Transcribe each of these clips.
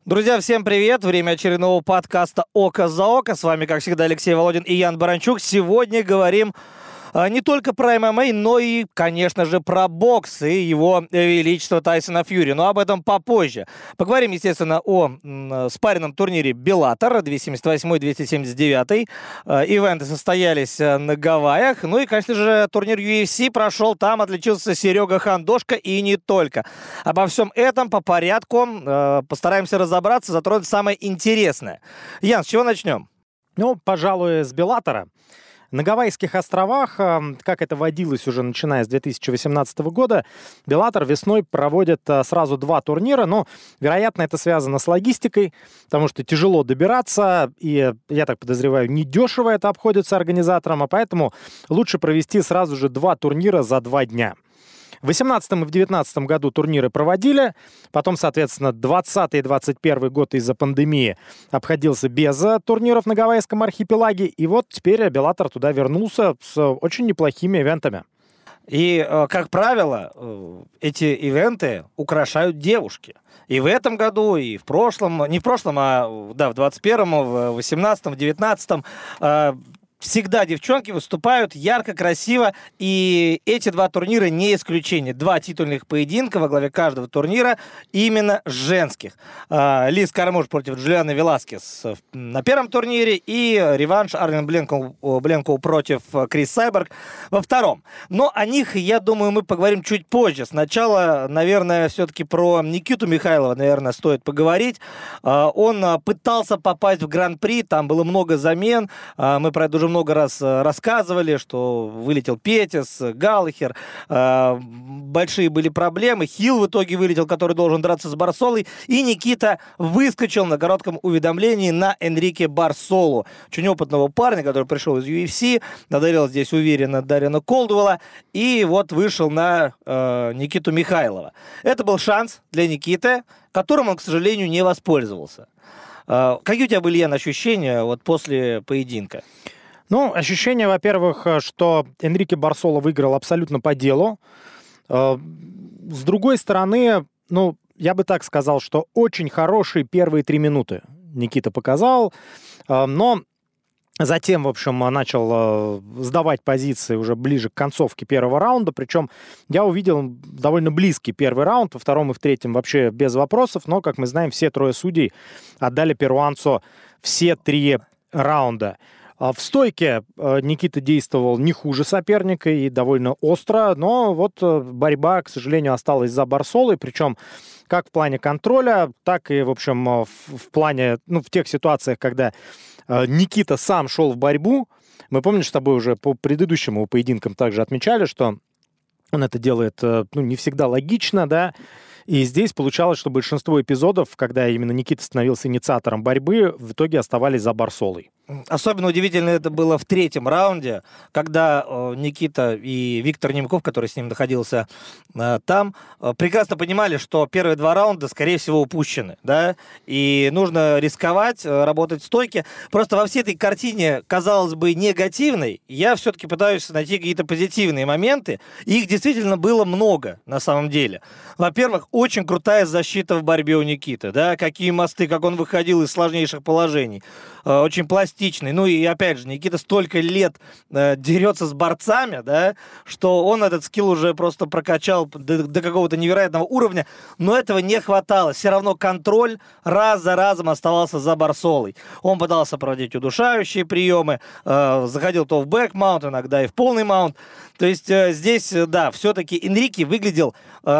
Друзья, всем привет! Время очередного подкаста «Око за око». С вами, как всегда, Алексей Володин и Ян Баранчук. Сегодня говорим не только про ММА, но и, конечно же, про бокс и его величество Тайсона Фьюри. Но об этом попозже. Поговорим, естественно, о спарринговом турнире Беллатор 278-279. Ивенты состоялись на Гавайях. Ну и, конечно же, турнир UFC прошел. Там отличился Серега Хандошко и не только. Обо всем этом по порядку постараемся разобраться, затронуть самое интересное. Ян, с чего начнем? Ну, пожалуй, с Беллатора. На Гавайских островах, как это водилось уже начиная с 2018 года, Беллатор весной проводит сразу два турнира, но, вероятно, это связано с логистикой, потому что тяжело добираться, и, я так подозреваю, недешево это обходится организаторам, а поэтому лучше провести сразу же два турнира за 2 дня. В 2018 и в 2019 году турниры проводили, потом, соответственно, 2020 и 2021 год из-за пандемии обходился без турниров на Гавайском архипелаге, и вот теперь Беллатор туда вернулся с очень неплохими ивентами. И, как правило, эти ивенты украшают девушки. И в этом году, и в прошлом, не в прошлом, а да, в 21-м, в 18-м, в 19-м, всегда девчонки выступают ярко, красиво, и эти два турнира не исключение. 2 титульных поединка во главе каждого турнира именно женских. Лиз Кармуш против Джулианы Веласкес на первом турнире и реванш Арлен Бленкоу против Крис Сайборг во втором. Но о них, я думаю, мы поговорим чуть позже. Сначала, наверное, все-таки про Никиту Михайлова, наверное, стоит поговорить. Он пытался попасть в Гран-при, там было много замен, мы про это уже много раз рассказывали, что вылетел Петис, Галлахер, большие были проблемы. Хилл в итоге вылетел, который должен драться с Барсолой, и Никита выскочил на коротком уведомлении на Энрике Барсолу, очень опытного парня, который пришел из UFC, надарил здесь уверенно Даррена Колдуэлла, и вот вышел на Никиту Михайлова. Это был шанс для Никиты, которым он, к сожалению, не воспользовался. Какие у тебя были, Ян, ощущения вот после поединка? Ну, ощущение, во-первых, что Энрике Барсоло выиграл абсолютно по делу. С другой стороны, ну, я бы так сказал, что очень хорошие первые 3 минуты Никита показал, но затем, в общем, начал сдавать позиции уже ближе к концовке первого раунда, причем я увидел довольно близкий первый раунд, во втором и в третьем вообще без вопросов, но, как мы знаем, все 3 судей отдали перуанцу все 3 раунда. В стойке Никита действовал не хуже соперника и довольно остро, но вот борьба, к сожалению, осталась за Барсолой, причем как в плане контроля, так и, в общем, в плане, ну, в тех ситуациях, когда Никита сам шел в борьбу. Мы, помнишь, с тобой уже по предыдущему поединкам также отмечали, что он это делает, ну, не всегда логично, да. И здесь получалось, что большинство эпизодов, когда именно Никита становился инициатором борьбы, в итоге оставались за Барсолой. Особенно удивительно это было в 3-м раунде, когда Никита и Виктор Немков, который с ним находился там, прекрасно понимали, что первые 2 раунда, скорее всего, упущены, да, и нужно рисковать, работать в стойке. Просто во всей этой картине, казалось бы, негативной, я все-таки пытаюсь найти какие-то позитивные моменты. Их действительно было много, на самом деле. Во-первых, очень крутая защита в борьбе у Никиты, да, какие мосты, как он выходил из сложнейших положений. Очень пластичный. Ну и опять же, Никита столько лет дерется с борцами, да, что он этот скилл уже просто прокачал до какого-то невероятного уровня, но этого не хватало. Все равно контроль раз за разом оставался за Барсолой. Он пытался проводить удушающие приемы, заходил то в бэк-маунт, иногда и в полный маунт. То есть здесь, да, все-таки Энрике выглядел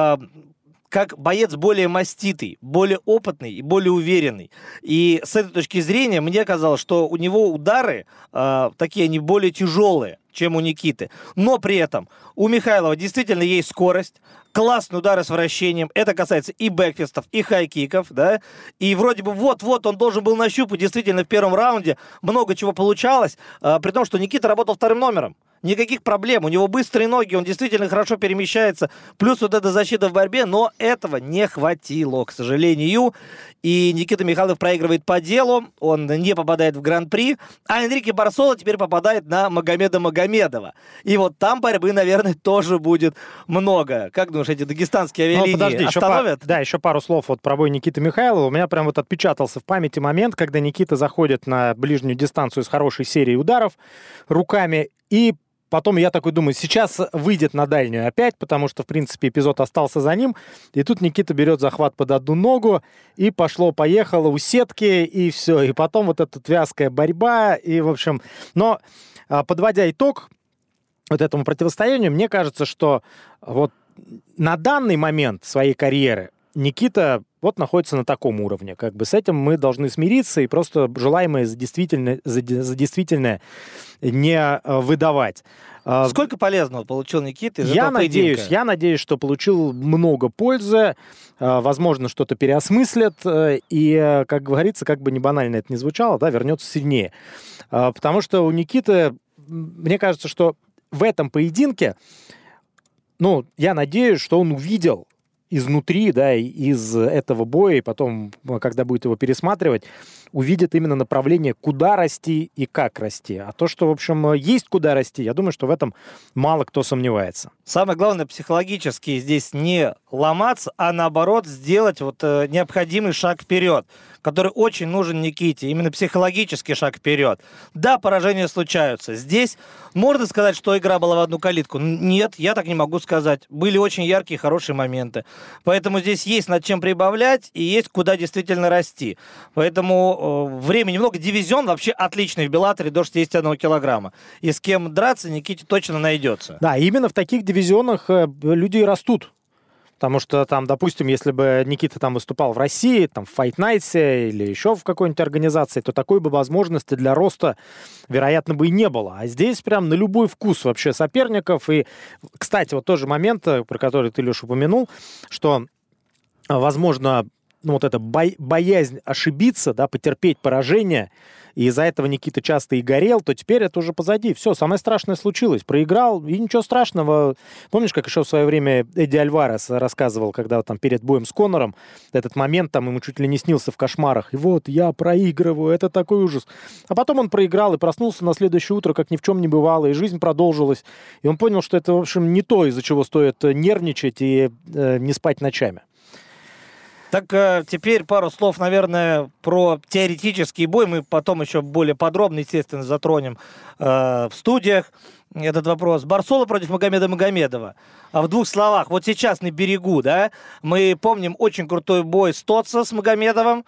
как боец более маститый, более опытный и более уверенный. И с этой точки зрения мне казалось, что у него удары такие, они более тяжелые, чем у Никиты. Но при этом у Михайлова действительно есть скорость, классные удары с вращением. Это касается и бэкфистов, и хайкиков, да. И вроде бы вот-вот он должен был нащупать. Действительно, в первом раунде много чего получалось, при том, что Никита работал вторым номером. Никаких проблем. У него быстрые ноги, он действительно хорошо перемещается. Плюс вот эта защита в борьбе, но этого не хватило, к сожалению. И Никита Михайлов проигрывает по делу, он не попадает в Гран-при, а Энрике Барсола теперь попадает на Магомеда Магомедова. И вот там борьбы, наверное, тоже будет много. Как думаешь, эти дагестанские авиалинии остановят? Еще пару слов вот про бой Никиты Михайлова. У меня прям вот отпечатался в памяти момент, когда Никита заходит на ближнюю дистанцию с хорошей серией ударов руками, и потом я такой думаю, сейчас выйдет на дальнюю опять, потому что, в принципе, эпизод остался за ним. И тут Никита берет захват под одну ногу, и пошло-поехало у сетки, и все. И потом вот эта вязкая борьба, и, в общем... Но, подводя итог вот этому противостоянию, мне кажется, что вот на данный момент своей карьеры Никита вот находится на таком уровне. Как бы с этим мы должны смириться и просто желаемое за действительное не выдавать. Сколько полезного получил Никита из этого поединка? Я надеюсь, что получил много пользы, возможно, что-то переосмыслят, и, как говорится, как бы не банально это ни звучало, да, вернется сильнее. Потому что у Никиты, мне кажется, что в этом поединке, ну, я надеюсь, что он увидел изнутри, да, из этого боя, и потом, когда будет его пересматривать, увидит именно направление, куда расти и как расти. А то, что, в общем, есть куда расти, я думаю, что в этом мало кто сомневается. Самое главное, психологически здесь не ломаться, а наоборот сделать вот необходимый шаг вперед, который очень нужен Никите, именно психологический шаг вперед. Да, поражения случаются. Здесь можно сказать, что игра была в одну калитку? Нет, я так не могу сказать. Были очень яркие, хорошие моменты. Поэтому здесь есть над чем прибавлять и есть куда действительно расти. Поэтому времени много. Дивизион вообще отличный в Беллаторе до 61 килограмма. И с кем драться Никите точно найдется. Да, именно в таких дивизионах люди и растут. Потому что там, допустим, если бы Никита там выступал в России, там в Fight Night или еще в какой-нибудь организации, то такой бы возможности для роста, вероятно, бы и не было. А здесь прям на любой вкус вообще соперников. И, кстати, вот тоже момент, про который ты, Леша, упомянул, что, возможно, ну, вот эта боязнь ошибиться, да, потерпеть поражение, и из-за этого Никита часто и горел, то теперь это уже позади. Все, самое страшное случилось. Проиграл, и ничего страшного. Помнишь, как еще в свое время Эдди Альварес рассказывал, когда вот, там перед боем с Конором, этот момент там ему чуть ли не снился в кошмарах. И вот, я проигрываю, это такой ужас. А потом он проиграл и проснулся на следующее утро, как ни в чем не бывало, и жизнь продолжилась. И он понял, что это, в общем, не то, из-за чего стоит нервничать и не спать ночами. Так, теперь пару слов, наверное, про теоретический бой. Мы потом еще более подробно, естественно, затронем в студиях этот вопрос. Барсола против Магомеда Магомедова. А в двух словах, вот сейчас на берегу, да, мы помним очень крутой бой Стоца с Магомедовым,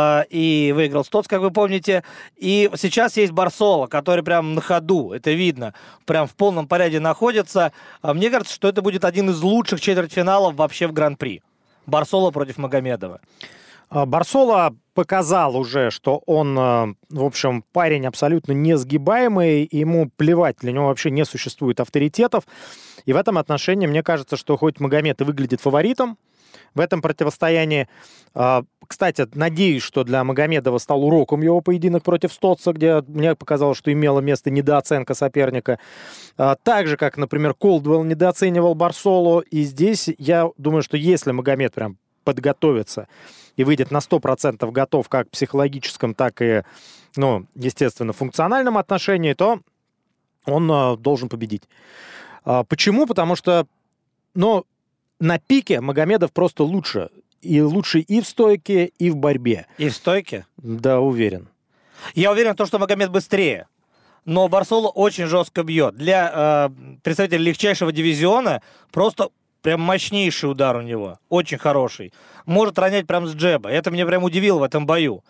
и выиграл Стоц, как вы помните. И сейчас есть Барсола, который прям на ходу, это видно, прям в полном порядке находится. Мне кажется, что это будет один из лучших четвертьфиналов вообще в Гран-при. Барсола против Магомедова. Барсола показал уже, что он, в общем, парень абсолютно несгибаемый, и ему плевать, для него вообще не существует авторитетов. И в этом отношении мне кажется, что хоть Магомед и выглядит фаворитом в этом противостоянии, кстати, надеюсь, что для Магомедова стал уроком его поединок против Стоца, где мне показалось, что имела место недооценка соперника. Так же, как, например, Колдвелл недооценивал Барсолу. И здесь я думаю, что если Магомед прям подготовится и выйдет на 100% готов как в психологическом, так и, ну, естественно, функциональном отношении, то он должен победить. Почему? Потому что, ну, на пике Магомедов просто лучше. И лучше и в стойке, и в борьбе. И в стойке? Да, уверен. Я уверен в том, что Магомед быстрее. Но Барсола очень жестко бьет. Для представителя легчайшего дивизиона просто прям мощнейший удар у него. Очень хороший. Может ронять прям с джеба. Это меня прям удивило в этом бою.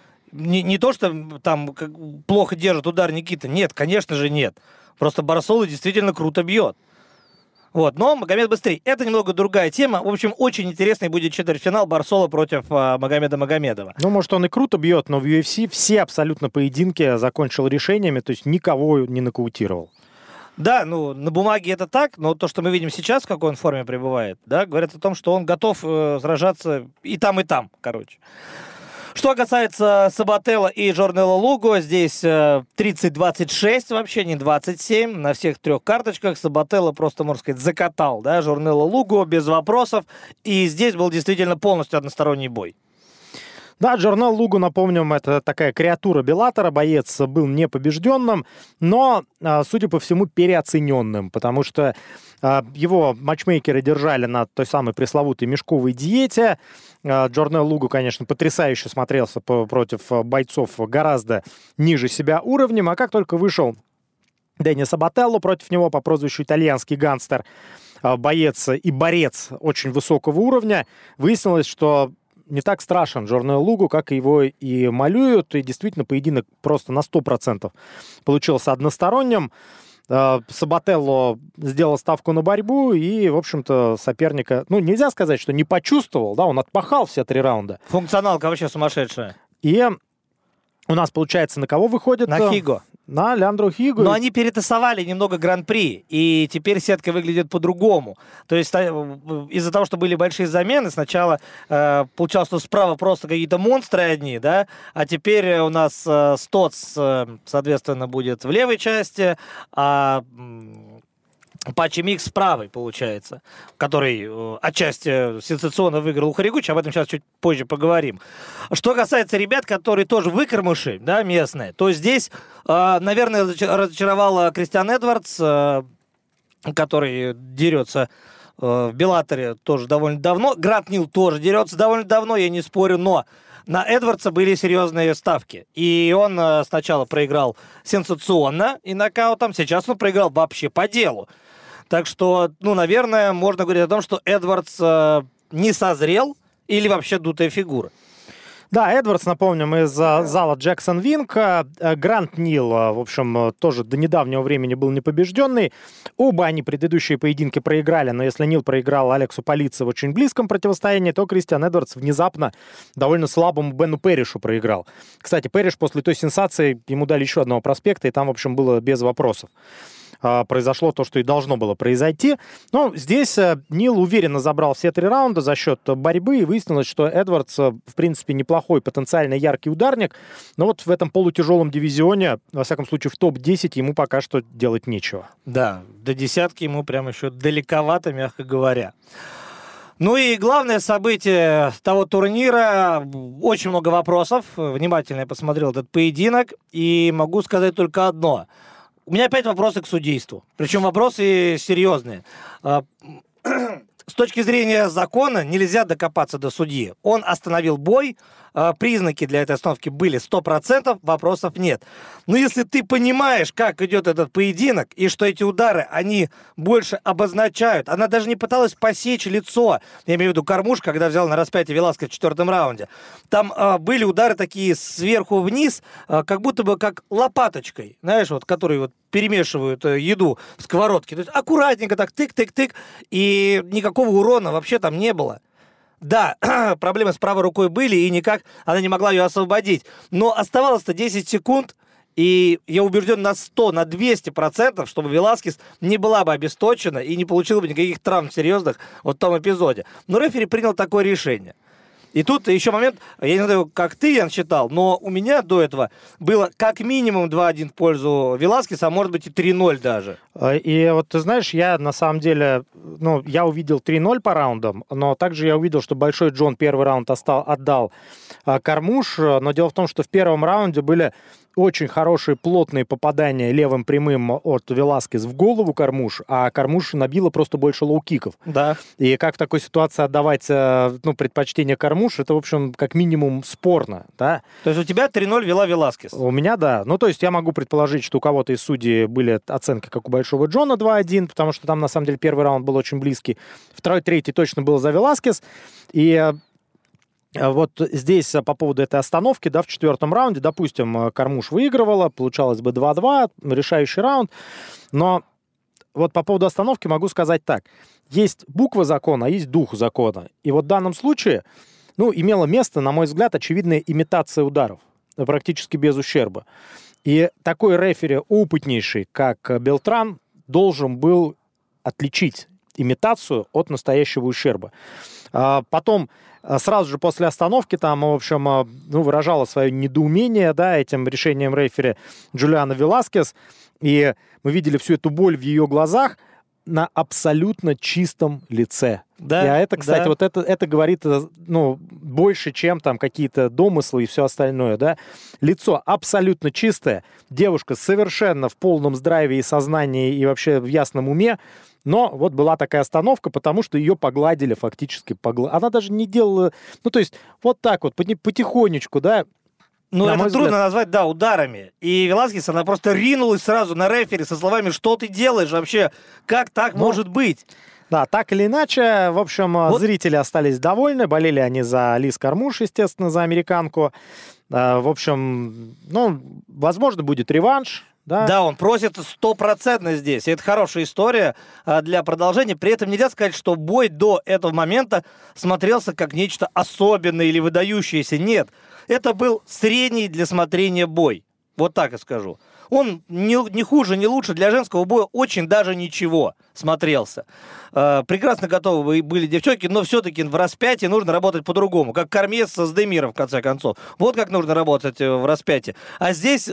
Не то, что там плохо держит удар Никита. Нет, конечно же нет. Просто Барсола действительно круто бьет. Вот, но Магомед быстрее. Это немного другая тема. В общем, очень интересный будет четвертьфинал Барсола против Магомеда Магомедова. Ну, может, он и круто бьет, но в UFC все абсолютно поединки закончил решениями, то есть никого не нокаутировал. Да, ну, на бумаге это так, но то, что мы видим сейчас, в какой он форме пребывает, да, говорят о том, что он готов сражаться и там, короче. Что касается Сабателло и Джорнелло Луго, здесь 30-26 вообще, не 27. На всех трех карточках Сабателло просто, можно сказать, закатал, да, Джорнелло Луго без вопросов. И здесь был действительно полностью односторонний бой. Да, Джорнелло Луго, напомним, это такая креатура Беллатора, боец был непобежденным, но, судя по всему, переоцененным, потому что его матчмейкеры держали на той самой пресловутой мешковой диете. Джорнелло Луго, конечно, потрясающе смотрелся против бойцов гораздо ниже себя уровнем, а как только вышел Дэнни Сабателло против него по прозвищу «Итальянский гангстер», боец и борец очень высокого уровня, выяснилось, что не так страшен Джорнелло Луго, как его и малюют. И действительно, поединок просто на 100% получился односторонним. Сабателло сделал ставку на борьбу и, в общем-то, соперника, нельзя сказать, что не почувствовал, да, он отпахал все 3 раунда. Функционалка вообще сумасшедшая. И у нас, получается, на кого выходит? На Хиго. На Леандро Хиго. Но они перетасовали немного Гран-при, и теперь сетка выглядит по-другому. То есть из-за того, что были большие замены, сначала получалось, что справа просто какие-то монстры одни, да, а теперь у нас Стоц, соответственно, будет в левой части, а Пачи Микс правый, получается, который отчасти сенсационно выиграл у Хоригучи, об этом сейчас чуть позже поговорим. Что касается ребят, которые тоже выкормыши, да, местные, то здесь, наверное, разочаровал Кристиан Эдвардс, который дерется в Беллаторе тоже довольно давно. Грант Нил тоже дерется довольно давно, я не спорю, но на Эдвардса были серьезные ставки. И он сначала проиграл сенсационно и нокаутом, сейчас он проиграл вообще по делу. Так что, наверное, можно говорить о том, что Эдвардс не созрел или вообще дутая фигура. Да, Эдвардс, напомним, из зала Джексон Винка. Грант Нил, в общем, тоже до недавнего времени был непобежденный. Оба они предыдущие поединки проиграли, но если Нил проиграл Алексу Полице в очень близком противостоянии, то Кристиан Эдвардс внезапно довольно слабому Бену Перришу проиграл. Кстати, Перриш после той сенсации, ему дали еще одного проспекта, и там, в общем, было без вопросов. Произошло то, что и должно было произойти. Но здесь Нил уверенно забрал все 3 раунда за счет борьбы, и выяснилось, что Эдвардс, в принципе, неплохой, потенциально яркий ударник, но вот в этом полутяжелом дивизионе, во всяком случае, в топ-10 ему пока что делать нечего. Да, до десятки ему прям еще далековато, мягко говоря. Ну и главное событие того турнира, очень много вопросов, внимательно я посмотрел этот поединок, и могу сказать только одно – у меня опять вопросы к судейству. Причем вопросы серьезные. С точки зрения закона нельзя докопаться до судьи. Он остановил бой. Признаки для этой остановки были 100%, вопросов нет. Но если ты понимаешь, как идет этот поединок, и что эти удары, они больше обозначают. Она даже не пыталась посечь лицо. Я имею в виду Кормуш, когда взял на распятие Веласкес в 4-м раунде. Там были удары такие сверху вниз, как будто бы как лопаточкой, знаешь, вот, которые вот перемешивают еду в сковородке. То есть аккуратненько так тык-тык-тык, и никакого урона вообще там не было. Да, проблемы с правой рукой были, и никак она не могла ее освободить. Но оставалось-то 10 секунд, и я убежден на 100, на 200%, чтобы Веласкес не была бы обесточена и не получила бы никаких травм серьезных вот в том эпизоде. Но рефери принял такое решение. И тут еще момент, я не знаю, как ты, Ян, считал, но у меня до этого было как минимум 2-1 в пользу Веласкеса, а может быть и 3-0 даже. И вот ты знаешь, я на самом деле, я увидел 3-0 по раундам, но также я увидел, что Большой Джон первый раунд отдал Кормуш, но дело в том, что в первом раунде были очень хорошие плотные попадания левым прямым от Веласкес в голову Кормуш, а Кормуш набила просто больше лоу-киков. Да. И как в такой ситуации отдавать предпочтение Кормуш, это, в общем, как минимум спорно. Да? То есть у тебя 3-0 вела Веласкес? У меня, да. То есть я могу предположить, что у кого-то из судей были оценки, как у Большого Джона, 2-1, потому что там, на самом деле, первый раунд был очень близкий. Второй, третий точно был за Веласкес. И вот здесь по поводу этой остановки, да, в 4-м раунде, допустим, Кормуш выигрывала, получалось бы 2-2, решающий раунд, но вот по поводу остановки могу сказать так. Есть буква закона, а есть дух закона. И вот в данном случае, имела место, на мой взгляд, очевидная имитация ударов, практически без ущерба. И такой рефери опытнейший, как Белтран, должен был отличить имитацию от настоящего ущерба. Потом сразу же после остановки там, в общем, выражала свое недоумение, да, этим решением рефери Джулиана Веласкес. И мы видели всю эту боль в ее глазах на абсолютно чистом лице. Да, и это, кстати, да. вот это говорит, больше, чем там какие-то домыслы и все остальное, да. Лицо абсолютно чистое, девушка совершенно в полном здравии и сознании и вообще в ясном уме, но вот была такая остановка, потому что ее погладили фактически. Она даже не делала, то есть вот так вот, потихонечку, да. Ну, это трудно назвать, да, ударами. И Веласкес, она просто ринулась сразу на рефери со словами: что ты делаешь вообще? Как так может быть? Да, так или иначе, в общем, зрители остались довольны. Болели они за Лиз Кармуш, естественно, за американку. В общем, возможно, будет реванш. Да, он просит 100% здесь. И это хорошая история для продолжения. При этом нельзя сказать, что бой до этого момента смотрелся как нечто особенное или выдающееся. Нет, это был средний для смотрения бой. Вот так я скажу. Он не хуже, не лучше. Для женского боя очень даже ничего смотрелся. Прекрасно готовы были девчонки, но все-таки в распятии нужно работать по-другому. Как Кормье с Демиром, в конце концов. Вот как нужно работать в распятии. А здесь,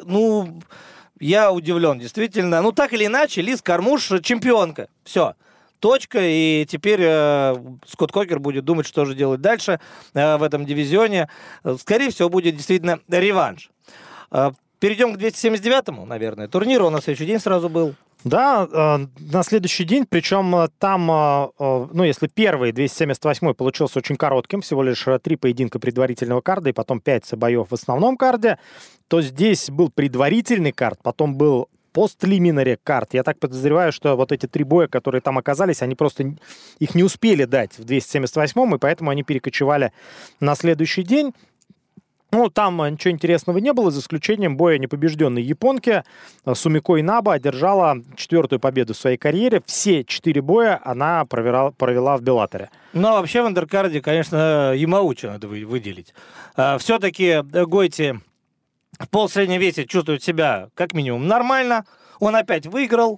я удивлен, действительно. Так или иначе, Лиз Кармуш чемпионка. Все. Точка. И теперь Скотт Кокер будет думать, что же делать дальше в этом дивизионе. Скорее всего, будет действительно реванш. Перейдем к 279-му, наверное, турниру. Он на следующий день сразу был. Да, на следующий день, причем там, если первый, 278-й, получился очень коротким, всего лишь 3 поединка предварительного карда и потом 5 боев в основном карде, то здесь был предварительный кард, потом был постлиминари кард. Я так подозреваю, что вот эти 3 боя, которые там оказались, они просто их не успели дать в 278-м, и поэтому они перекочевали на следующий день. Там ничего интересного не было, за исключением боя непобежденной японки. Сумико Инаба одержала 4-ю победу в своей карьере. Все 4 боя она провела в Беллаторе. А вообще в андеркарде, конечно, Ямаучи надо выделить. Все-таки Гойти в полусреднем весе чувствует себя как минимум нормально. Он опять выиграл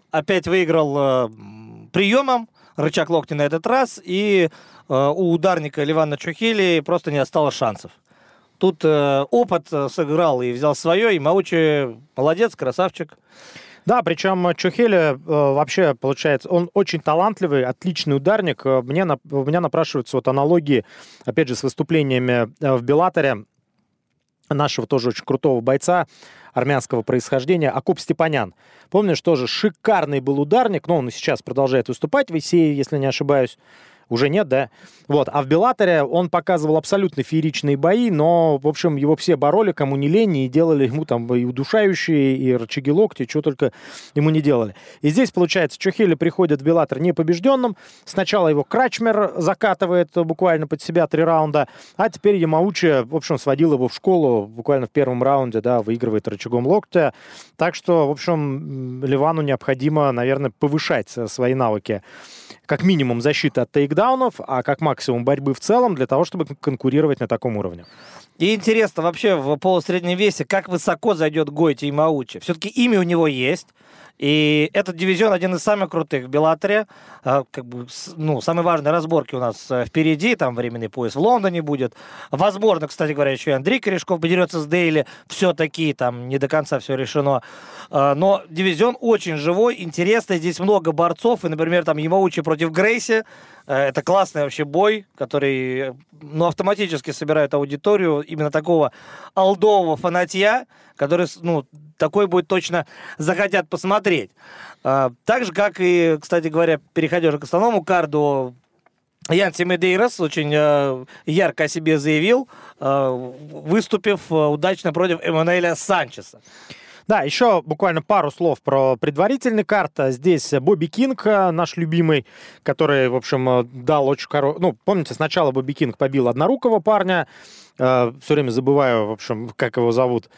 приемом, рычаг локтя на этот раз, и у ударника Левана Чухили просто не осталось шансов. Тут опыт сыграл и взял свое, и Маучи молодец, красавчик. Да, причем Чухели вообще, получается, он очень талантливый, отличный ударник. У меня напрашиваются аналогии, опять же, с выступлениями в Беллаторе нашего тоже очень крутого бойца армянского происхождения Акоп Степанян. Помнишь, тоже шикарный был ударник, но он и сейчас продолжает выступать в Исее, если не ошибаюсь. Уже нет, да? А в Беллаторе он показывал абсолютно фееричные бои, но, в общем, его все бороли, кому не лень, и делали ему там и удушающие, и рычаги локти, что только ему не делали. И здесь, получается, Чухели приходит в Беллатор непобежденным. Сначала его Крачмер закатывает буквально под себя 3 раунда, а теперь Ямаучи, в общем, сводил его в школу буквально в первом раунде, да, выигрывает рычагом локтя. Так что, в общем, Левану необходимо, наверное, повышать свои навыки. Как минимум защиты от тейкдаунов, а как максимум борьбы в целом для того, чтобы конкурировать на таком уровне. И интересно вообще в полусреднем весе, как высоко зайдет Гойти Ямаучи. Все-таки имя у него есть. И этот дивизион один из самых крутых в Беллаторе. Самые важные разборки у нас впереди. Там временный пояс в Лондоне будет. Возможно, кстати говоря, еще и Андрей Корешков подерется с Дейли. Все-таки там не до конца все решено. Но дивизион очень живой, интересный. Здесь много борцов. И, например, там Ямаучи против Грейси. Это классный вообще бой, который автоматически собирает аудиторию именно такого олдового фанатья, который, такой будет точно захотят посмотреть. Так же, как и, кстати говоря, переходя уже к основному карду, Янси Медейрос очень ярко о себе заявил, выступив удачно против Эммануэля Санчеса. Да, еще буквально пару слов про предварительный карт. Здесь Бобби Кинг, наш любимый, который, в общем, дал очень хороший... помните, сначала Бобби Кинг побил однорукого парня. Все время забываю, в общем, как его зовут.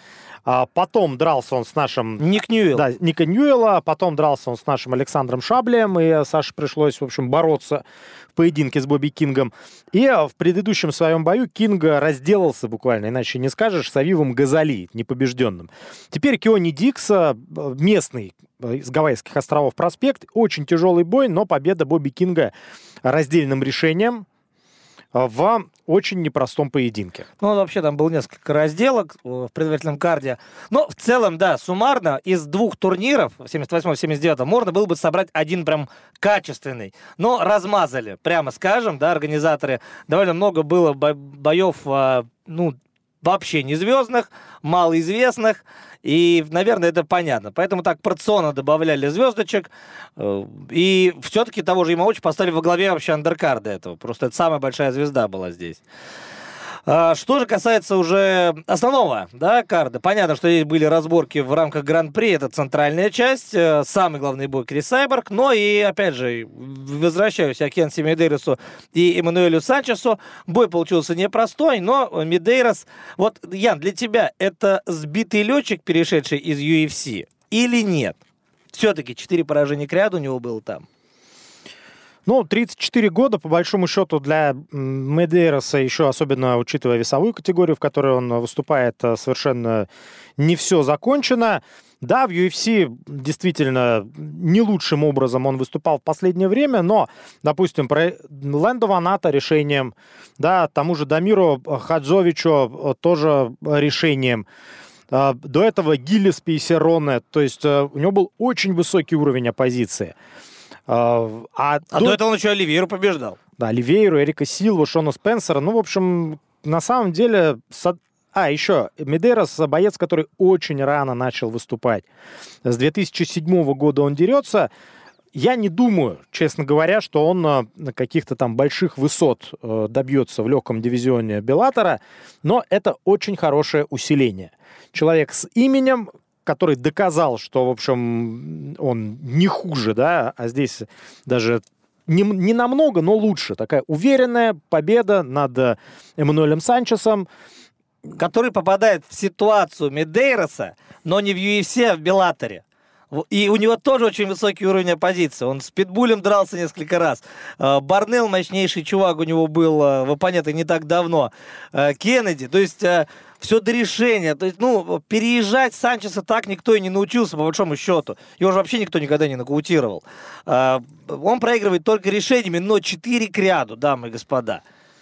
Потом дрался он с нашим... Ник Ньюэлл. Да, Ника Ньюэлла. Потом дрался он с нашим Александром Шаблем. И Саше пришлось, в общем, бороться в поединке с Бобби Кингом. И в предыдущем своем бою Кинг разделался буквально, иначе не скажешь, с Авивом Газали, непобежденным. Теперь Киони Дикс, местный из Гавайских островов проспект. Очень тяжелый бой, но победа Бобби Кинга раздельным решением в очень непростом поединке. Ну, вообще, там было несколько разделок в предварительном карде. Но в целом, да, суммарно из двух турниров, 78-79, можно было бы собрать один прям качественный. Но размазали, прямо скажем, да, организаторы. Довольно много было боев, вообще не звездных, малоизвестных. И, наверное, это понятно. Поэтому так порционно добавляли звездочек. И все-таки того же Ямаучи поставили во главе вообще андеркарда этого. Просто это самая большая звезда была здесь. Что же касается уже основного, да, карда, понятно, что здесь были разборки в рамках Гран-при, это центральная часть, самый главный бой Крис Сайборг, но и, опять же, возвращаюсь к Кенси Медейросу и Эммануэлю Санчесу, бой получился непростой, но Медейрос, вот, Ян, для тебя это сбитый летчик, перешедший из UFC, или нет? Все-таки 4 поражения к ряду у него было там. 34 года, по большому счету, для Медейроса, еще особенно учитывая весовую категорию, в которой он выступает, совершенно не все закончено. Да, в UFC действительно не лучшим образом он выступал в последнее время, но, допустим, про Лэндо Ваната решением, да, тому же Дамиру Хаджовичу тоже решением. До этого Гиллеспи и Сероне, то есть у него был очень высокий уровень оппозиции. До этого он еще Оливейру побеждал. Да, Оливейру, Эрика Силву, Шона Спенсера. В общем, на самом деле... еще Медейрос, боец, который очень рано начал выступать. С 2007 года он дерется. Я не думаю, честно говоря, что он каких-то там больших высот добьется в легком дивизионе Беллатора, но это очень хорошее усиление. Человек с именем, который доказал, что, в общем, он не хуже, да, а здесь даже не намного, но лучше. Такая уверенная победа над Эммануэлем Санчесом. Который попадает в ситуацию Медейроса, но не в UFC, а в Беллаторе. И у него тоже очень высокий уровень оппозиции. Он с Питбулем дрался несколько раз. Барнелл, мощнейший чувак, у него был в оппоненте не так давно. Кеннеди. То есть все до решения. То есть, переезжать Санчеса так никто и не научился, по большому счету. Его же вообще никто никогда не нокаутировал. Он проигрывает только решениями, но 4 к ряду, дамы и господа.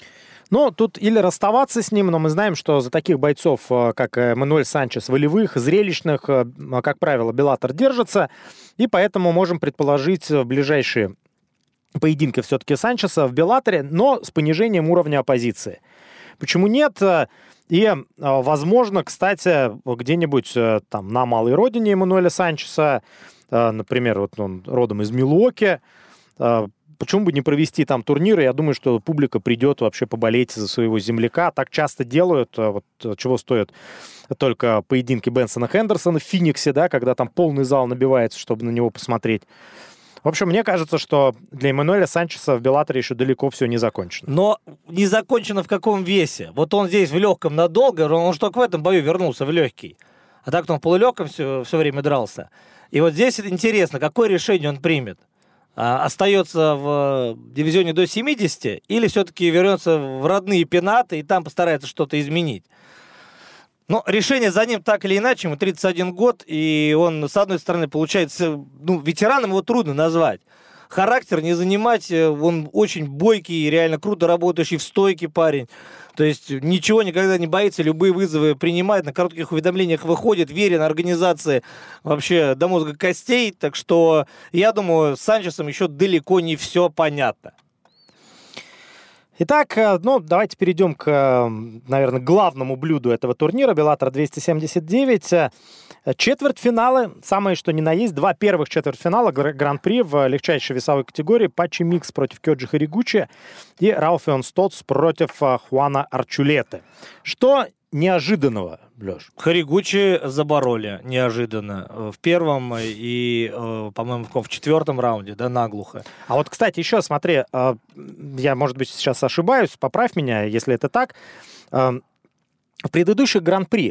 Тут или расставаться с ним, но мы знаем, что за таких бойцов, как Эммануэль Санчес, волевых, зрелищных, как правило, Беллатор держится, и поэтому можем предположить в ближайшие поединки все-таки Санчеса в Беллаторе, но с понижением уровня оппозиции. Почему нет? И, возможно, кстати, где-нибудь там на малой родине Эммануэля Санчеса, например, вот он родом из Милуоки, почему бы не провести там турниры? Я думаю, что публика придет вообще поболеть за своего земляка. Так часто делают. Вот чего стоят только поединки Бенсона Хендерсона в Фениксе, да, когда там полный зал набивается, чтобы на него посмотреть. В общем, мне кажется, что для Эммануэля Санчеса в Беллаторе еще далеко все не закончено. Но не закончено в каком весе? Вот он здесь в легком надолго, он же только в этом бою вернулся в легкий. А так-то он в полулегком все время дрался. И вот здесь интересно, какое решение он примет? Остается в дивизионе до 70 или все-таки вернется в родные пенаты и там постарается что-то изменить? Но решение за ним так или иначе, ему 31 год, и он, с одной стороны, получается, ветераном его трудно назвать. Характер не занимать, он очень бойкий, реально круто работающий в стойке парень. То есть ничего никогда не боится, любые вызовы принимает, на коротких уведомлениях выходит, верен организации вообще до мозга костей. Так что, я думаю, с Санчесом еще далеко не все понятно. Итак, давайте перейдем к, наверное, главному блюду этого турнира, Беллатор 279. Четвертьфиналы, самое что ни на есть, 2 первых четвертьфинала Гран-при в легчайшей весовой категории. Патчи Микс против Кёджи Хоригучи и Рауфион Стоц против Хуана Арчулеты. Что неожиданного, Леш? Хоригучи забороли неожиданно в первом и, по-моему, в 4-м раунде, да, наглухо. А вот, кстати, еще смотри, я, может быть, сейчас ошибаюсь, поправь меня, если это так. В предыдущих Гран-при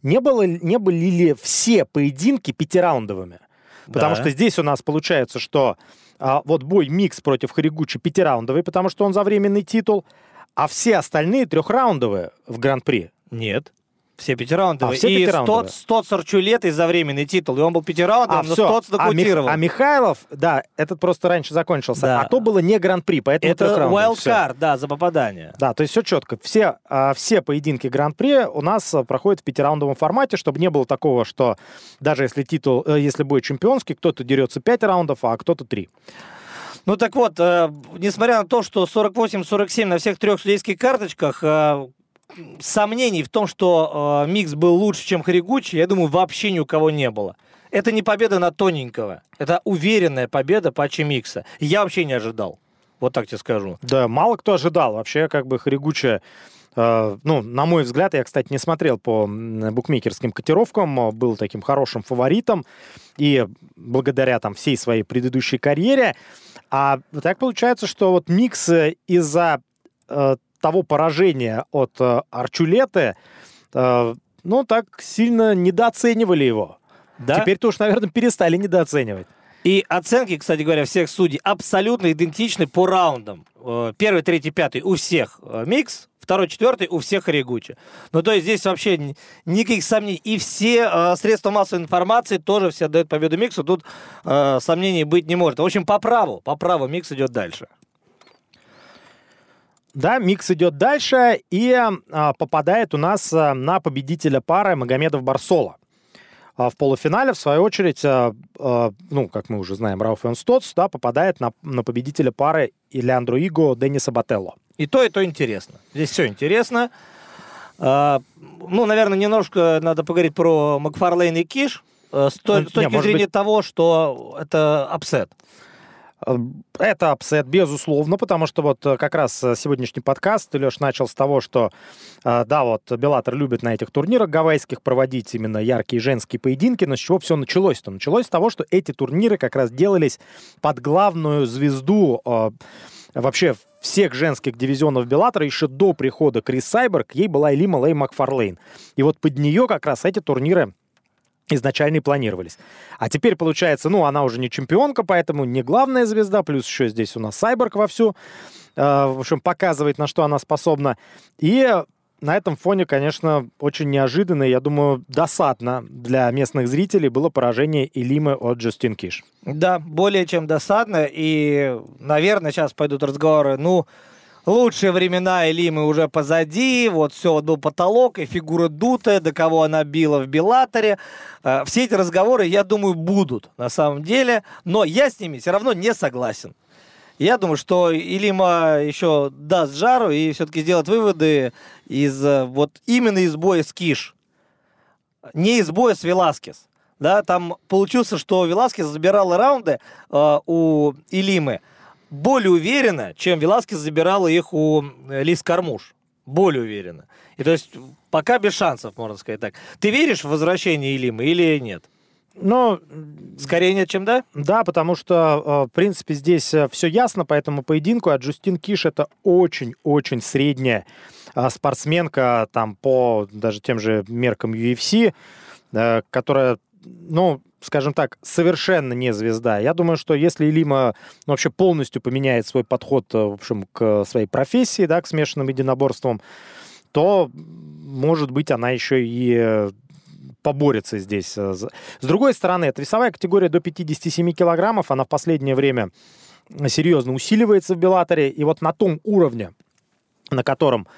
не были ли все поединки пятираундовыми? Потому что здесь у нас получается, что вот бой Микс против Хоригучи пятираундовый, потому что он за временный титул, а все остальные трехраундовые в Гран-при. Нет. Все пятираундовые. Все и пятираундовые. Стоц Арчулетой за временный титул. И он был пятираундовым, но Стоц нокаутировал. А Михайлов, да, этот просто раньше закончился. Да. А то было не Гран-при, поэтому это wildcard, да, за попадание. Да, то есть все четко. Все поединки Гран-при у нас проходят в пятираундовом формате, чтобы не было такого, что даже если бой чемпионский, кто-то дерется 5 раундов, а кто-то 3. Ну так вот, несмотря на то, что 48-47 на всех трех судейских карточках, сомнений в том, что Микс был лучше, чем Хоригучи, я думаю, вообще ни у кого не было. Это не победа на тоненького. Это уверенная победа Пачи Микса. Я вообще не ожидал. Вот так тебе скажу. Да, мало кто ожидал. Вообще, как бы Хоригучи, на мой взгляд, я, кстати, не смотрел по букмекерским котировкам, был таким хорошим фаворитом. И благодаря там всей своей предыдущей карьере. А так получается, что вот Микс из-за того поражения от Арчулеты, так сильно недооценивали его. Да? Теперь-то уж, наверное, перестали недооценивать. И оценки, кстати говоря, всех судей абсолютно идентичны по раундам. Первый, третий, пятый у всех Микс, второй, четвертый у всех Хоригучи. Ну, то есть здесь вообще никаких сомнений. И все средства массовой информации тоже все отдают победу Миксу. Тут сомнений быть не может. В общем, по праву Микс идет дальше. Да, Микс идет дальше и попадает у нас на победителя пары Магомедов-Барсола. В полуфинале, в свою очередь, как мы уже знаем, Рауф Стоц, да, попадает на победителя пары Леандро Иго Дениса Бателло. И то интересно. Здесь все интересно. Наверное, немножко надо поговорить про Макфарлейн и Киш с точки зрения того, что это апсет. Это апсет, безусловно, потому что вот как раз сегодняшний подкаст, Леш, начал с того, что, Беллатор любит на этих турнирах гавайских проводить именно яркие женские поединки, но с чего все началось-то? Началось с того, что эти турниры как раз делались под главную звезду вообще всех женских дивизионов Беллатора еще до прихода Крис Сайберг, ей была Илима Лей Макфарлейн. И вот под нее как раз эти турниры изначально и планировались. А теперь, получается, она уже не чемпионка, поэтому не главная звезда, плюс еще здесь у нас Сайберг вовсю, в общем, показывает, на что она способна. И на этом фоне, конечно, очень неожиданно, я думаю, досадно для местных зрителей было поражение Илимы от Джастин Киш. Да, более чем досадно, и, наверное, сейчас пойдут разговоры, лучшие времена Илимы уже позади, вот все, вот был потолок, и фигура дутая, до кого она била в Беллаторе. Все эти разговоры, я думаю, будут на самом деле, но я с ними все равно не согласен. Я думаю, что Илима еще даст жару и все-таки сделает выводы именно из боя с Киш, не из боя с Веласкес. Да, там получилось, что Веласкес забирала раунды у Илимы более уверенно, чем Веласкес забирала их у Лиз Кармуш. Более уверенно. И то есть пока без шансов, можно сказать так. Ты веришь в возвращение Илимы или нет? Скорее нет, чем да? Да, потому что, в принципе, здесь все ясно по этому поединку. А Джастин Киш — это очень-очень средняя спортсменка там по даже тем же меркам UFC, которая, скажем так, совершенно не звезда. Я думаю, что если Илима вообще полностью поменяет свой подход, в общем, к своей профессии, да, к смешанным единоборствам, то, может быть, она еще и поборется здесь. С другой стороны, это весовая категория до 57 килограммов, она в последнее время серьезно усиливается в Беллаторе, и вот на том уровне, на котором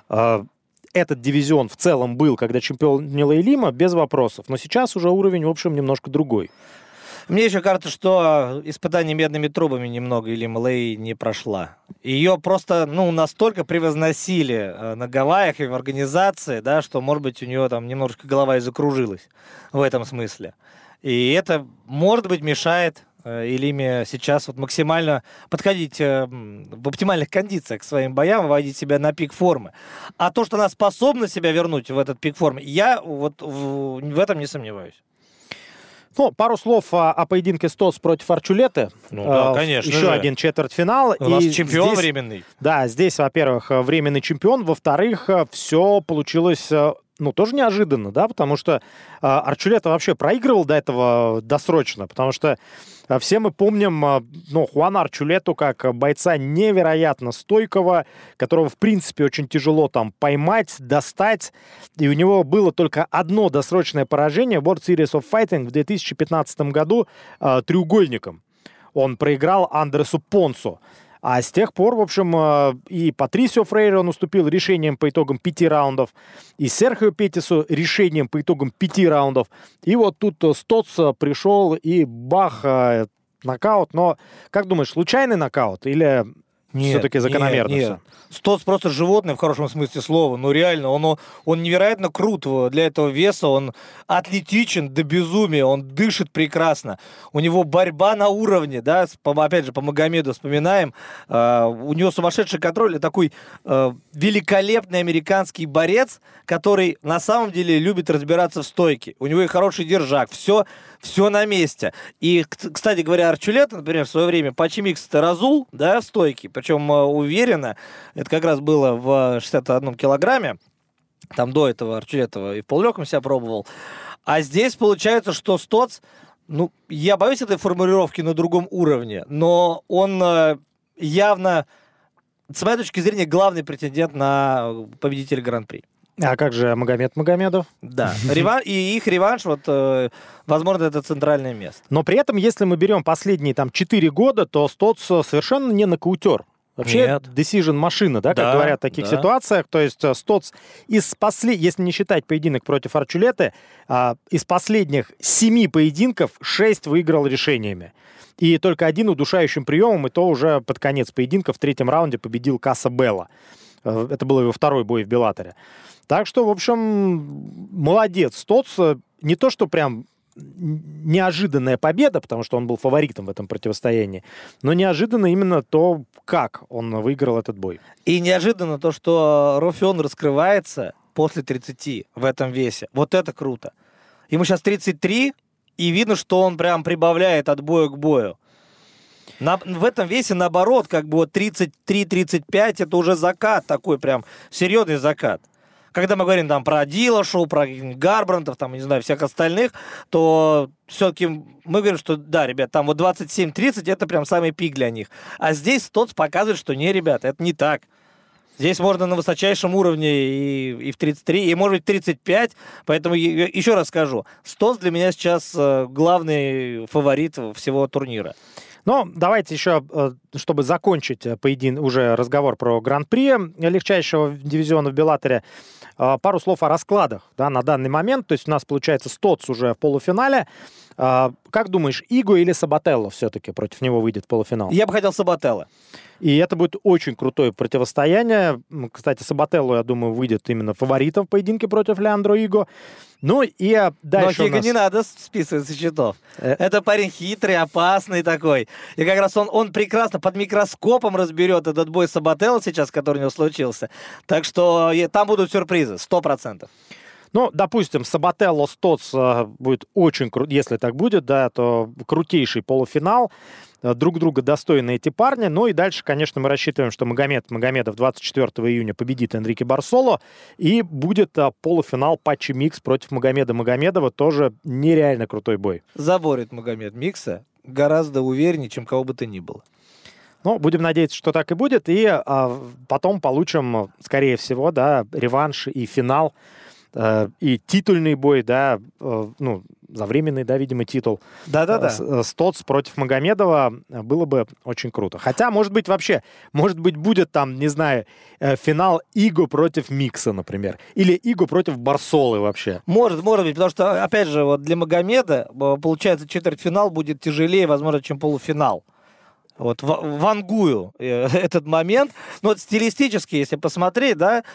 этот дивизион в целом был, когда чемпионила Илима, без вопросов. Но сейчас уже уровень, в общем, немножко другой. Мне еще кажется, что испытание медными трубами немного Илима Лей не прошла. Ее просто, настолько превозносили на Гавайях и в организации, да, что, может быть, у нее там немножко голова и закружилась в этом смысле. И это, может быть, мешает Илиме сейчас максимально подходить в оптимальных кондициях к своим боям, выводить себя на пик формы. А то, что она способна себя вернуть в этот пик формы, я в этом не сомневаюсь. Пару слов о поединке Стоц против Арчулеты. Да, конечно. Еще один четвертьфинал. У нас чемпион временный. Да, здесь, во-первых, временный чемпион. Во-вторых, все получилось тоже неожиданно, да, потому что Арчулета вообще проигрывал до этого досрочно, потому что все мы помним, Хуана Арчулету как бойца невероятно стойкого, которого, в принципе, очень тяжело там поймать, достать, и у него было только одно досрочное поражение в World Series of Fighting в 2015 году треугольником. Он проиграл Андресу Понсу. А с тех пор, в общем, и Патрисио Фрейре он уступил решением по итогам 5 раундов, и Серхио Петису решением по итогам 5 раундов. И вот тут Стоц пришел и бах, нокаут. Но, как думаешь, случайный нокаут или все-таки закономерно? Нет. Стоц просто животное в хорошем смысле слова. Ну, реально, он невероятно крут для этого веса. Он атлетичен до безумия. Он дышит прекрасно. У него борьба на уровне, да, опять же, по Магомеду вспоминаем. У него сумасшедший контроль. И такой великолепный американский борец, который на самом деле любит разбираться в стойке. У него и хороший держак. Все на месте. И, кстати говоря, Арчулета, например, в свое время Пачимикс-то разул, да, в стойке. Причем уверенно. Это как раз было в 61 килограмме. Там до этого Арчулетова и в полулегком себя пробовал. А здесь получается, что Стоц, я боюсь этой формулировки, на другом уровне, но он явно, с моей точки зрения, главный претендент на победителя Гран-при. А как же Магомед Магомедов? Да, и их реванш, возможно, это центральное место. Но при этом, если мы берем последние 4 года, то Стоц совершенно не нокаутер. Вообще, decision машина, да, как говорят в таких ситуациях. То есть Стоц если не считать поединок против Арчулеты, из последних 7 поединков 6 выиграл решениями. И только 1 удушающим приемом, и то уже под конец поединка в 3-м раунде победил Каса Белла. Это был его 2-й бой в Беллаторе. Так что, в общем, молодец. Стоц не то, что прям неожиданная победа, потому что он был фаворитом в этом противостоянии, но неожиданно именно то, как он выиграл этот бой. И неожиданно то, что Рофион раскрывается после 30 в этом весе. Вот это круто. Ему сейчас 33, и видно, что он прям прибавляет от боя к бою. В этом весе, наоборот, 33-35, это уже закат такой прям, серьезный закат. Когда мы говорим про Дилашу, про Гарбрантов, всех остальных, то все-таки мы говорим, что да, ребят, 27-30 это прям самый пик для них. А здесь Стоц показывает, что не, ребят, это не так. Здесь можно на высочайшем уровне и в 33, и, может быть, 35. Поэтому еще раз скажу, Стоц для меня сейчас главный фаворит всего турнира. Но давайте еще, чтобы закончить уже разговор про Гран-при легчайшего дивизиона в Беллаторе, пару слов о раскладах на данный момент. То есть у нас, получается, Стоц уже в полуфинале. Как думаешь, Иго или Сабателло все-таки против него выйдет в полуфинал? Я бы хотел Сабателло. И это будет очень крутое противостояние. Кстати, Сабателло, я думаю, выйдет именно фаворитом в поединке против Леандро Иго. Ну и дальше. Но Иго не надо списывать со счетов. Это парень хитрый, опасный такой. И как раз он прекрасно под микроскопом разберет этот бой Сабателло сейчас, который у него случился. Так что там будут сюрпризы, 100%. Допустим, Сабателло Стоц будет очень круто, если так будет, то крутейший полуфинал. Друг друга достойны эти парни. И дальше, конечно, мы рассчитываем, что Магомедов 24 июня победит Энрике Барсоло. И будет полуфинал Патчи Микс против Магомеда Магомедова. Тоже нереально крутой бой. Заборет Магомед Микса гораздо увереннее, чем кого бы то ни было. Будем надеяться, что так и будет. И потом получим, скорее всего, реванш и финал. И титульный бой, за временный, видимо, титул. Да. Стоц против Магомедова было бы очень круто. Хотя, может быть, будет финал Иго против Микса, например. Или Иго против Барсолы вообще. Может быть, потому что, опять же, для Магомеда, получается, четвертьфинал будет тяжелее, возможно, чем полуфинал. Вангую этот момент. Но стилистически, если посмотреть,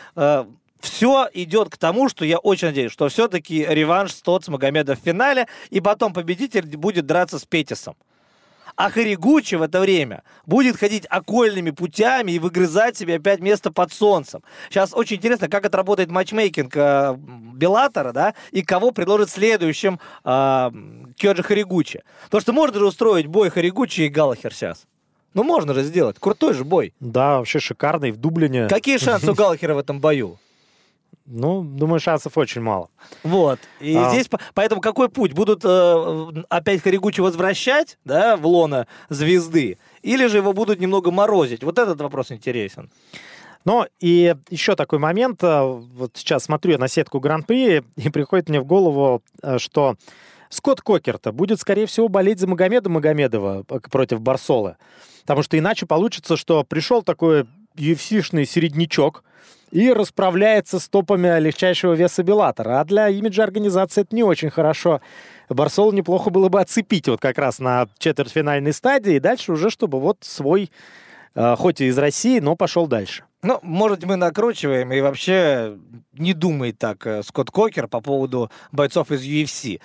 все идет к тому, что я очень надеюсь, что все-таки реванш Стоц Магомеда в финале, и потом победитель будет драться с Петисом. А Хоригучи в это время будет ходить окольными путями и выгрызать себе опять место под солнцем. Сейчас очень интересно, как отработает матчмейкинг Беллатора, и кого предложит следующим Кёджи Хоригучи. Потому что можно же устроить бой Хоригучи и Галлахер сейчас. Можно же сделать. Крутой же бой. Да, вообще шикарный в Дублине. Какие шансы у Галлахера в этом бою? Ну, думаю, шансов очень мало. Вот. И здесь, поэтому какой путь? Будут опять Хоригучи возвращать, да, в лоно звезды? Или же его будут немного морозить? Вот этот вопрос интересен. Но и еще такой момент. Вот сейчас смотрю я на сетку Гран-при, и приходит мне в голову, что Скотт Кокер-то будет, скорее всего, болеть за Магомеда Магомедова против Барсолы. Потому что иначе получится, что пришел такой UFC-шный середнячок и расправляется с топами легчайшего веса Беллатора. А для имиджа организации это не очень хорошо. Барсолу неплохо было бы отцепить вот как раз на четвертьфинальной стадии, и дальше уже, чтобы вот свой, хоть и из России, но пошел дальше. Ну, может, мы накручиваем, и вообще не думает так Скотт Кокер по поводу бойцов из UFC.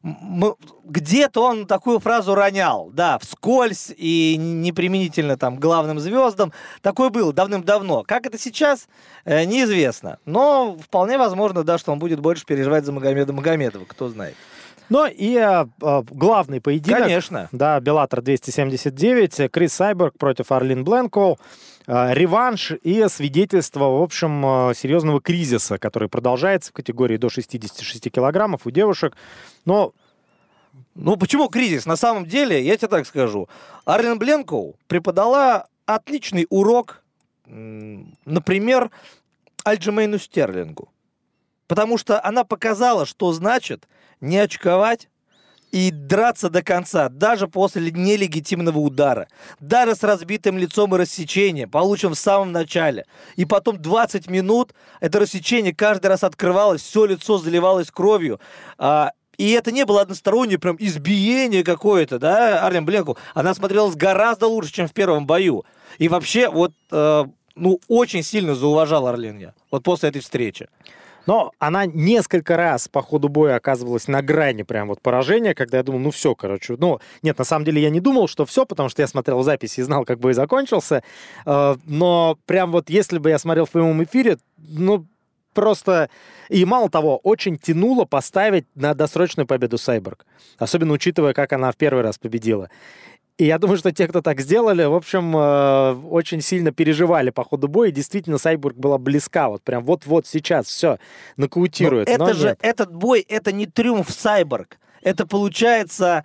Где-то он такую фразу ронял, да, вскользь и неприменительно там главным звездам. Такое было давным-давно. Как это сейчас, неизвестно. Но вполне возможно, да, что он будет больше переживать за Магомеда Магомедова, кто знает. Ну и главный поединок. Конечно. Да, Беллатор 279, Крис Сайберг против Арлин Бленкоу. Реванш и свидетельство, в общем, серьезного кризиса, который продолжается в категории до 66 килограммов у девушек. Но... Ну, почему кризис? На самом деле, я тебе так скажу. Арлин Бленкоу преподала отличный урок, например, Альджимейну Стерлингу. Потому что она показала, что значит не очковать и драться до конца, даже после нелегитимного удара. Даже с разбитым лицом и рассечением, полученным в самом начале. И потом 20 минут это рассечение каждый раз открывалось, все лицо заливалось кровью. И это не было одностороннее прям избиение какое-то, да, Арлин Бленкоу. Она смотрелась гораздо лучше, чем в первом бою. И вообще, вот, очень сильно зауважал Арлин я. Вот после этой встречи. Но она несколько раз по ходу боя оказывалась на грани прям вот поражения, когда я думал, ну все, короче. Ну, нет, на самом деле я не думал, что все, потому что я смотрел записи и знал, как бой закончился. Но прям вот если бы я смотрел в прямом эфире, ну, просто... И мало того, очень тянуло поставить на досрочную победу Сайберг. Особенно учитывая, как она в первый раз победила. И я думаю, что те, кто так сделали, в общем, очень сильно переживали по ходу боя. И действительно, Сайберг была близка. Вот прям вот-вот сейчас все нокаутирует. Но это же, нет. Этот бой, это не триумф Сайберг. Это получается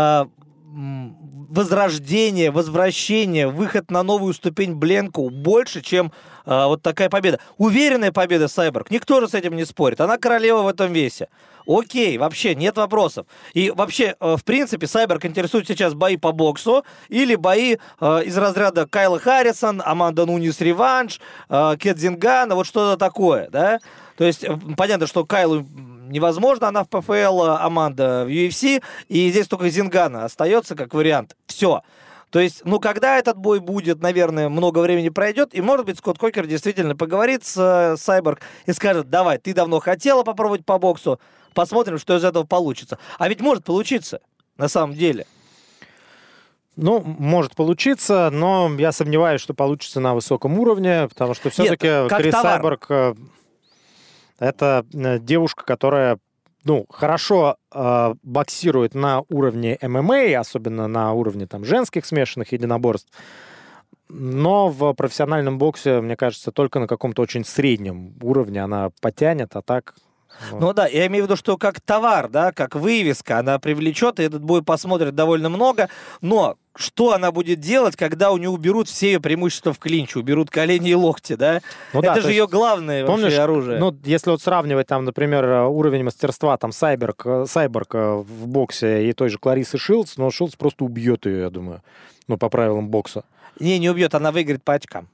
возрождение, возвращение, выход на новую ступень Бленкоу больше, чем вот такая победа. Уверенная победа Сайберг. Никто же с этим не спорит. Она королева в этом весе. Окей, вообще, нет вопросов. И вообще, в принципе, Сайберг интересует сейчас бои по боксу или бои из разряда Кайла Харрисон, Аманда Нунис реванш, Кет Зингана, вот что-то такое, да? То есть, понятно, что Кайлу невозможно, она в ПФЛ, Аманда в UFC, и здесь только Зингана остается как вариант. Все. То есть, когда этот бой будет, наверное, много времени пройдет, и, может быть, Скотт Кокер действительно поговорит с Сайберг и скажет: давай, ты давно хотела попробовать по боксу, посмотрим, что из этого получится. А ведь может получиться, на самом деле. Ну, может получиться, но я сомневаюсь, что получится на высоком уровне, потому что все-таки Крис Сайберг это девушка, которая хорошо боксирует на уровне ММА, особенно на уровне там женских смешанных единоборств, но в профессиональном боксе, мне кажется, только на каком-то очень среднем уровне она потянет, а так... Ну да, я имею в виду, что как товар, да, как вывеска, она привлечет, и этот бой посмотрит довольно много, но что она будет делать, когда у нее уберут все ее преимущества в клинче, уберут колени и локти, да? Это же ее главное вообще оружие. Ну, если вот сравнивать там, например, уровень мастерства там Сайберг в боксе и той же Кларисы Шилдс, но Шилдс просто убьет ее, я думаю, по правилам бокса. Не убьет, она выиграет по очкам.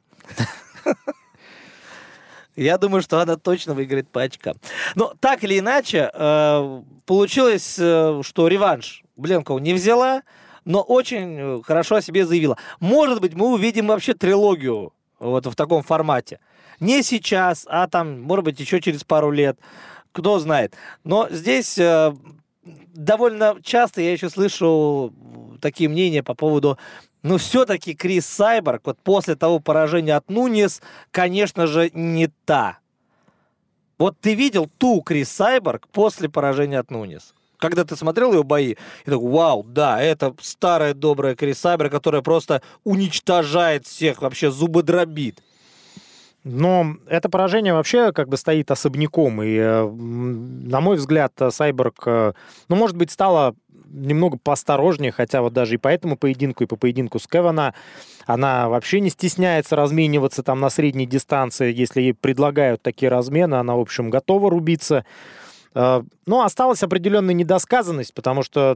Я думаю, что она точно выиграет по очкам. Но так или иначе, получилось, что реванш Бленкоу не взяла, но очень хорошо о себе заявила. Может быть, мы увидим вообще трилогию вот в таком формате. Не сейчас, а там, может быть, еще через пару лет. Кто знает. Но здесь довольно часто я еще слышу такие мнения по поводу... все-таки Крис Сайберг, вот после того поражения от Нунис, конечно же, не та. Вот ты видел ту Крис Сайберг после поражения от Нунис? Когда ты смотрел ее бои, и такой: вау, да, это старая добрая Крис Сайберг, которая просто уничтожает всех, вообще зубы дробит. Но это поражение вообще как бы стоит особняком. И, на мой взгляд, Сайборг, может быть, стала немного поосторожнее, хотя вот даже и по этому поединку, и по поединку с Кевана она вообще не стесняется размениваться там на средней дистанции. Если ей предлагают такие размены, она, в общем, готова рубиться. Но осталась определенная недосказанность, потому что,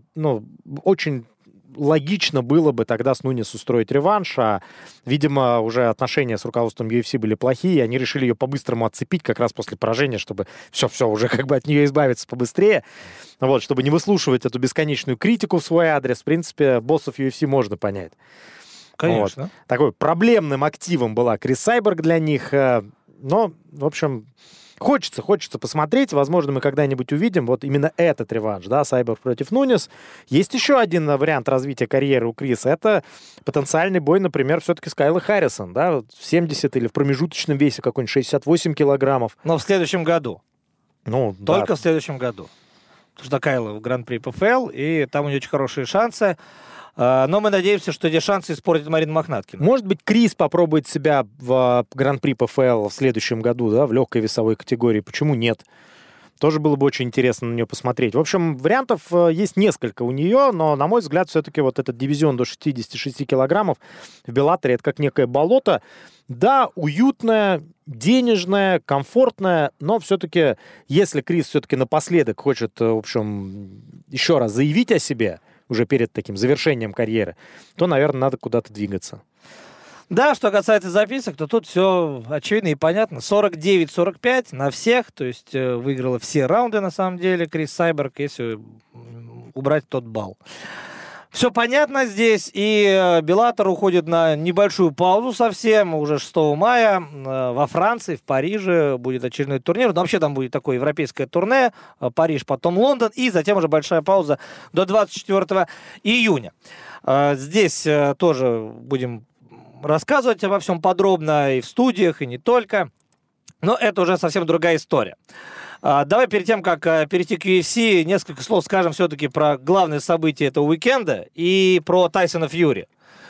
очень логично было бы тогда с Нунес устроить реванш, а, видимо, уже отношения с руководством UFC были плохие, и они решили ее по-быстрому отцепить как раз после поражения, чтобы все, уже как бы от нее избавиться побыстрее, вот, чтобы не выслушивать эту бесконечную критику в свой адрес. В принципе, боссов UFC можно понять. Конечно. Вот. Такой проблемным активом была Крис Сайборг для них, но, в общем... Хочется посмотреть. Возможно, мы когда-нибудь увидим вот именно этот реванш, да, Сайборг против Нунес. Есть еще один вариант развития карьеры у Криса. Это потенциальный бой, например, все-таки с Кайлой Харрисон, да, вот в 70 или в промежуточном весе какой-нибудь 68 килограммов. Но в следующем году. Только да. в следующем году. Потому что Кайла в Гран-при ПФЛ, и там у нее очень хорошие шансы. Но мы надеемся, что эти шансы испортит Марина Мохнаткина. Может быть, Крис попробует себя в Гран-при ПФЛ в следующем году, да, в легкой весовой категории. Почему нет? Тоже было бы очень интересно на нее посмотреть. В общем, вариантов есть несколько у нее, но, на мой взгляд, все-таки вот этот дивизион до 66 килограммов в Беллаторе — это как некое болото. Да, уютное, денежное, комфортное, но все-таки, если Крис все-таки напоследок хочет, в общем, еще раз заявить о себе, уже перед таким завершением карьеры, то, наверное, надо куда-то двигаться. Да, что касается записок, то тут все очевидно и понятно. 49-45 на всех, то есть выиграла все раунды, на самом деле, Крис Сайборг, если убрать тот балл. Все понятно здесь, и Беллатор уходит на небольшую паузу совсем, уже 6 мая во Франции, в Париже будет очередной турнир. Но вообще там будет такое европейское турне, Париж, потом Лондон, и затем уже большая пауза до 24 июня. Здесь тоже будем рассказывать обо всем подробно и в студиях, и не только. Но это уже совсем другая история. Давай перед тем, как перейти к UFC, несколько слов скажем все-таки про главные события этого уикенда и про Тайсона Фьюри.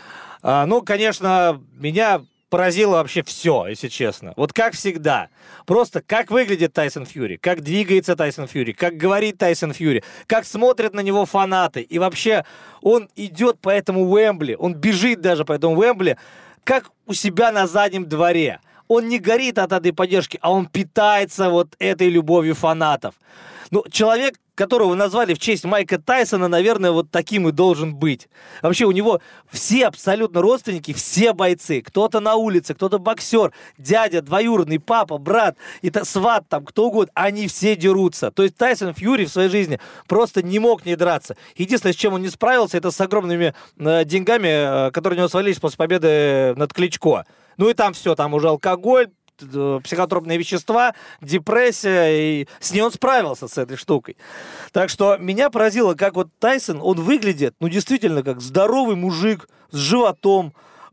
Конечно, меня поразило вообще все, если честно. Вот как всегда. Просто как выглядит Тайсон Фьюри, как двигается Тайсон Фьюри, как говорит Тайсон Фьюри, как смотрят на него фанаты. И вообще он идет по этому Уэмбли, он бежит даже по этому Уэмбли, как у себя на заднем дворе. Он не горит от этой поддержки, а он питается вот этой любовью фанатов. Человек, которого вы назвали в честь Майка Тайсона, наверное, вот таким и должен быть. Вообще у него все абсолютно родственники, все бойцы. Кто-то на улице, кто-то боксер, дядя, двоюродный, папа, брат, сват, там, кто угодно. Они все дерутся. То есть Тайсон Фьюри в своей жизни просто не мог не драться. Единственное, с чем он не справился, это с огромными деньгами, которые у него свалились после победы над Кличко. И там все, там уже алкоголь, психотропные вещества, депрессия, и с ней он справился, с этой штукой. Так что меня поразило, как вот Тайсон, он выглядит, действительно, как здоровый мужик с животом,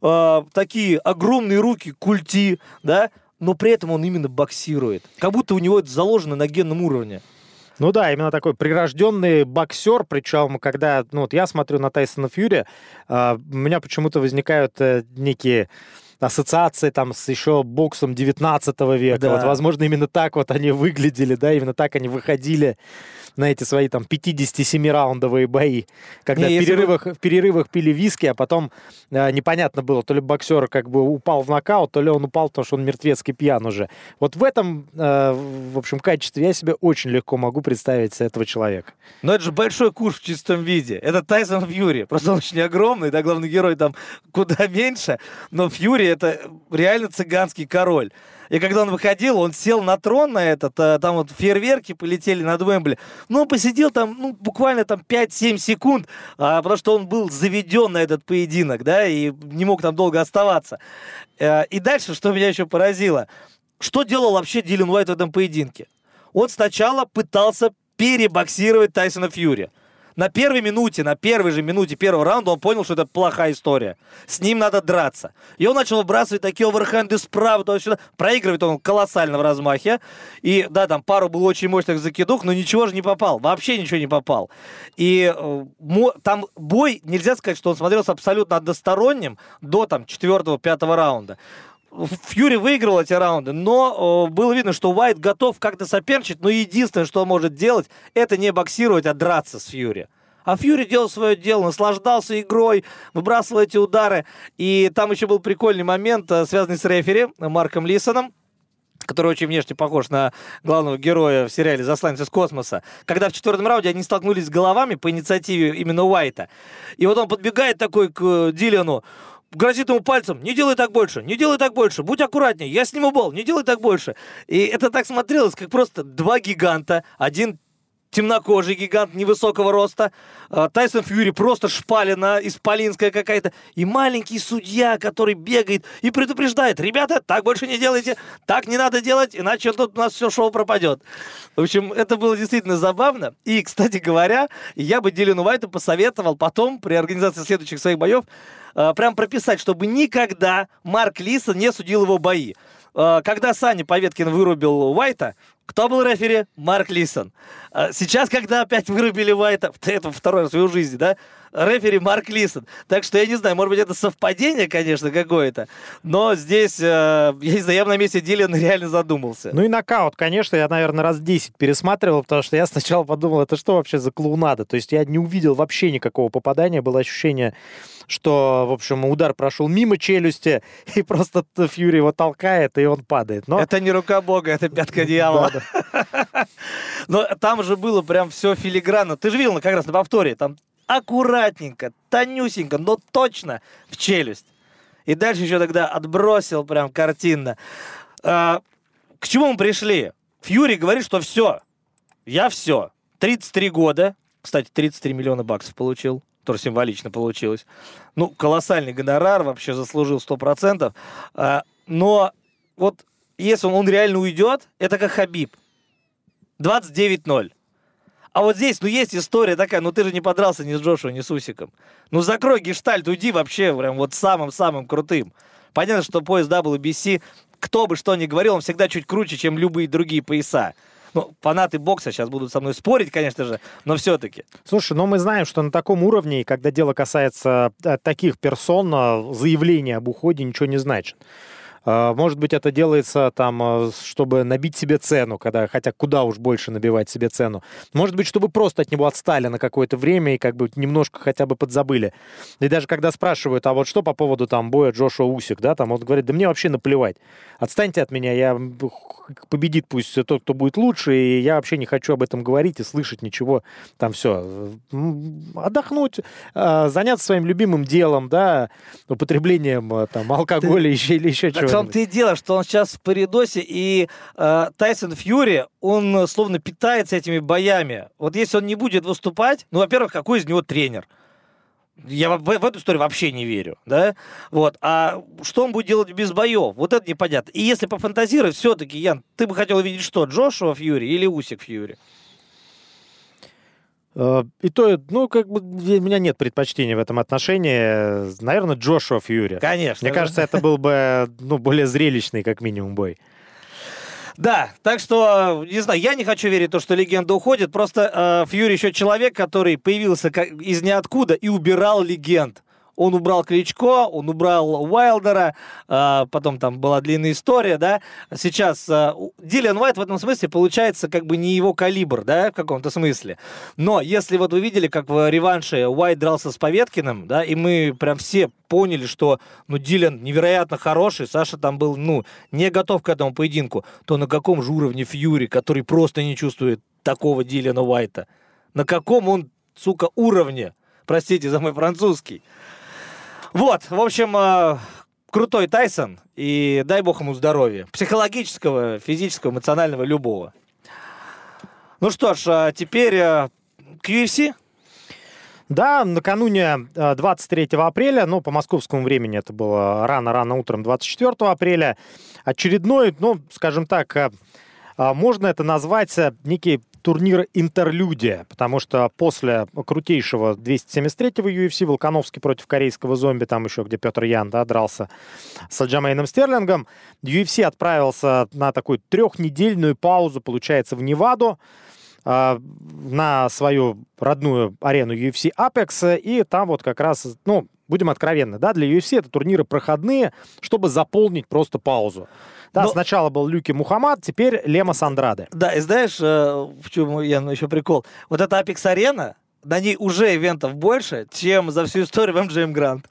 такие огромные руки, культи, да, но при этом он именно боксирует. Как будто у него это заложено на генном уровне. Да, именно такой прирожденный боксер, причем, когда я смотрю на Тайсона Фьюри, у меня почему-то возникают некие ассоциации там с еще боксом 19 века. Да. Вот, возможно, именно так вот они выглядели, да, именно так они выходили на эти свои там 57-раундовые бои, когда в перерывах пили виски, а потом непонятно было, то ли боксер как бы упал в нокаут, то ли он упал, потому что он мертвецкий пьян уже. Вот в этом, в общем, качестве я себе очень легко могу представить этого человека. Но это же большой куш в чистом виде. Это Тайсон Фьюри. Просто он очень огромный, да, главный герой там куда меньше, но Фьюри — это реально цыганский король. И когда он выходил, он сел на трон на этот, там вот фейерверки полетели над Уэмбли. Он посидел там, буквально там 5-7 секунд, потому что он был заведен на этот поединок, да, и не мог там долго оставаться. И дальше, что меня еще поразило, что делал вообще Дилан Уайт в этом поединке? Он сначала пытался перебоксировать Тайсона Фьюри. На первой же минуте первого раунда он понял, что это плохая история. С ним надо драться. И он начал выбрасывать такие оверхенды справа, туда-сюда. Проигрывает он колоссально в размахе. И да, там пару было очень мощных закидух, но ничего же не попал. Вообще ничего не попал. И там бой, нельзя сказать, что он смотрелся абсолютно односторонним до там 4-5 раунда. Фьюри выиграл эти раунды, но было видно, что Уайт готов как-то соперничать, но единственное, что он может делать, это не боксировать, а драться с Фьюри. А Фьюри делал свое дело, наслаждался игрой, выбрасывал эти удары. И там еще был прикольный момент, связанный с рефери Марком Лисоном, который очень внешне похож на главного героя в сериале «Засланец из космоса», когда в 4-м раунде они столкнулись головами по инициативе именно Уайта. И вот он подбегает такой к Дилану, грозит ему пальцем: не делай так больше, не делай так больше, будь аккуратнее, я сниму бол, не делай так больше. И это так смотрелось, как просто два гиганта, один темнокожий гигант невысокого роста, Тайсон Фьюри просто шпалина исполинская какая-то, и маленький судья, который бегает и предупреждает: ребята, так больше не делайте, так не надо делать, иначе тут у нас все шоу пропадет. В общем, это было действительно забавно. И, кстати говоря, я бы Дилану Уайту посоветовал потом при организации следующих своих боев прям прописать, чтобы никогда Марк Лисон не судил его бои. Когда Саня Поветкин вырубил Уайта, кто был рефери? Марк Лисон. Сейчас, когда опять вырубили Уайта, это второй раз в его жизни, да, рефери Марк Лисон. Так что я не знаю, может быть, это совпадение, конечно, какое-то, но здесь, я не знаю, я бы на месте Дилана реально задумался. Ну и нокаут, конечно, я, наверное, раз 10 пересматривал, потому что я сначала подумал, это что вообще за клоунада? То есть я не увидел вообще никакого попадания, было ощущение, что, в общем, удар прошел мимо челюсти, и просто Фьюри его толкает, и он падает. Но... Это не рука бога, это пятка дьявола. Но там же было прям все филигранно. Ты же видел как раз на повторе, там аккуратненько, тонюсенько, но точно в челюсть. И дальше еще тогда отбросил прям картинно. К чему мы пришли? Фьюри говорит, что все. Я все. 33 года. Кстати, 33 миллиона баксов получил. Тоже символично получилось. Ну, колоссальный гонорар, вообще заслужил 100%. Но вот если он реально уйдет, это как Хабиб. 29-0. А вот здесь, есть история такая, ты же не подрался ни с Джошуа, ни с Усиком. Закрой гештальт, уйди вообще прям вот самым-самым крутым. Понятно, что пояс WBC, кто бы что ни говорил, он всегда чуть круче, чем любые другие пояса. Фанаты бокса сейчас будут со мной спорить, конечно же, но все-таки. Слушай, мы знаем, что на таком уровне, когда дело касается таких персон, заявление об уходе ничего не значит. Может быть, это делается там, чтобы набить себе цену, хотя куда уж больше набивать себе цену. Может быть, чтобы просто от него отстали на какое-то время и немножко хотя бы подзабыли. И даже когда спрашивают, а вот что по поводу боя Джошуа Усик, да, он говорит, да мне вообще наплевать. Отстаньте от меня, победит пусть тот, кто будет лучше, и я вообще не хочу об этом говорить и слышать ничего. Там все. Отдохнуть, заняться своим любимым делом, да, употреблением алкоголя или еще чего. В том-то и дело, что он сейчас в паридосе, и Тайсон Фьюри, он словно питается этими боями. Вот если он не будет выступать, во-первых, какой из него тренер? Я в эту историю вообще не верю, да? А что он будет делать без боев? Вот это непонятно. И если пофантазировать, все-таки, Ян, ты бы хотел увидеть что? Джошуа Фьюри или Усик Фьюри? И то, у меня нет предпочтения в этом отношении. Наверное, Джошуа Фьюри. Конечно. Мне кажется, это был бы, более зрелищный, как минимум, бой. Да, так что, не знаю, я не хочу верить в то, что легенда уходит. Просто Фьюри еще человек, который появился из ниоткуда и убирал легенд. Он убрал Кличко, он убрал Уайлдера, потом там была длинная история, да. Сейчас Дилан Уайт в этом смысле получается не его калибр, да, в каком-то смысле. Но если вы видели, как в реванше Уайт дрался с Поветкиным, да, и мы прям все поняли, что, Дилан невероятно хороший, Саша там был, не готов к этому поединку, то на каком же уровне Фьюри, который просто не чувствует такого Дилана Уайта? На каком он, сука, уровне? Простите за мой французский. В общем, крутой Тайсон, и дай бог ему здоровья. Психологического, физического, эмоционального, любого. Что ж, теперь к UFC. Да, накануне 23 апреля, по московскому времени это было рано-рано утром 24 апреля, очередной, скажем так, можно это назвать некий турнир интерлюдия, потому что после крутейшего 273-го UFC Волконовский против корейского зомби, там еще где Петр Ян, да, дрался с Аджамейном Стерлингом, UFC отправился на такую 3-недельную паузу, получается, в Неваду, на свою родную арену UFC Apex, и там как раз, будем откровенны, да, для UFC это турниры проходные, чтобы заполнить просто паузу. Да, сначала был Люки Мухаммад, теперь Лемос Андраде. Да, и знаешь, в чем я еще прикол? Вот эта Апекс-арена, на ней уже ивентов больше, чем за всю историю в MGM Grand.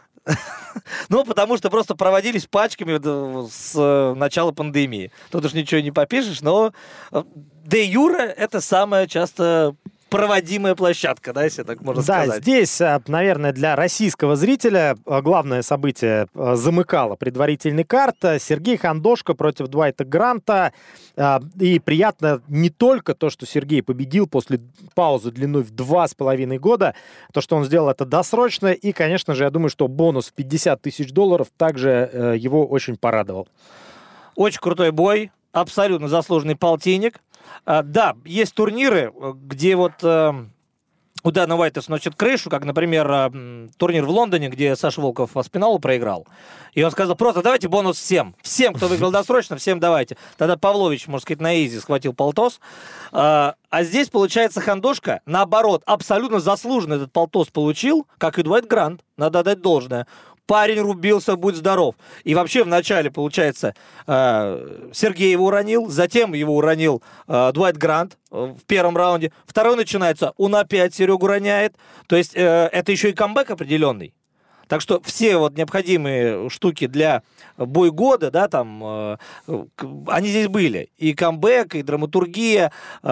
Ну, потому что просто проводились пачками с начала пандемии. Тут уж ничего не попишешь, но де юре это самая часто проводимая площадка, да, если так можно сказать. Да, здесь, наверное, для российского зрителя главное событие замыкало предварительный карт. Сергей Хандошко против Дуайта Гранта. И приятно не только то, что Сергей победил после паузы длиной в 2,5 года, то, что он сделал это досрочно. И, конечно же, я думаю, что бонус в $50 тысяч также его очень порадовал. Очень крутой бой, абсолютно заслуженный полтинник. Да, есть турниры, где вот у Дана Уайта сносит крышу, как, например, турнир в Лондоне, где Саша Волков Аспиналу проиграл. И он сказал, просто давайте бонус всем. Всем, кто выиграл досрочно, всем давайте. Тогда Павлович, можно сказать, на изи схватил полтос. А здесь, получается, Хандошко, наоборот, абсолютно заслуженно этот полтос получил, как и Дуайт Грант, надо отдать должное. Парень рубился, будь здоров. И вообще в начале, получается, Сергей его уронил, затем его уронил Дуайт Грант в первом раунде. Второй начинается, он опять Серегу роняет. То есть это еще и камбэк определенный. Так что все вот необходимые штуки для бой года, да, там, они здесь были. И камбэк, и драматургия,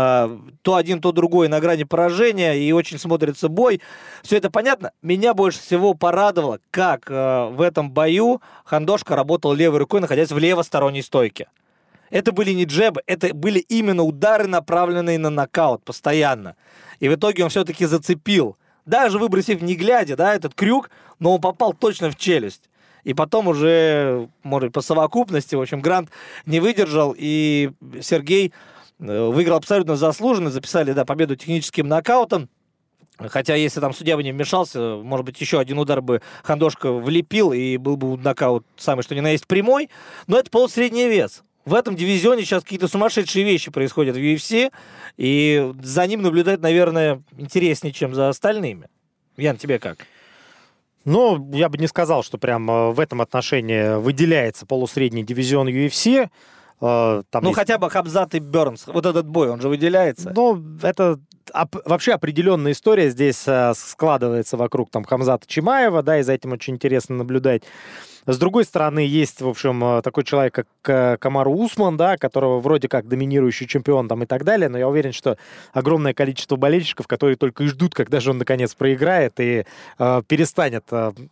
то один, то другой на грани поражения, и очень смотрится бой. Все это понятно. Меня больше всего порадовало, как в этом бою Хандошко работал левой рукой, находясь в левосторонней стойке. Это были не джебы, это были именно удары, направленные на нокаут постоянно. И в итоге он все-таки зацепил. Даже выбросив не глядя, да, этот крюк, но он попал точно в челюсть. И потом уже, может, по совокупности, в общем, Грант не выдержал, и Сергей выиграл абсолютно заслуженно, записали, да, победу техническим нокаутом. Хотя, если там судья бы не вмешался, может быть, еще один удар бы Хандошко влепил, и был бы нокаут самый что ни на есть прямой. Но это полусредний вес. В этом дивизионе сейчас какие-то сумасшедшие вещи происходят в UFC, и за ним наблюдать, наверное, интереснее, чем за остальными. Ян, тебе как? Ну, я бы не сказал, что прям в этом отношении выделяется полусредний дивизион UFC. Там есть... хотя бы Хабзат и Бернс. Вот этот бой, он же выделяется. Ну, это вообще определенная история здесь складывается вокруг там Хамзата Чимаева, да, и за этим очень интересно наблюдать. С другой стороны, есть, в общем, такой человек, как Камару Усман, да, которого вроде как доминирующий чемпион там и так далее, но я уверен, что огромное количество болельщиков, которые только и ждут, когда же он наконец проиграет и перестанет,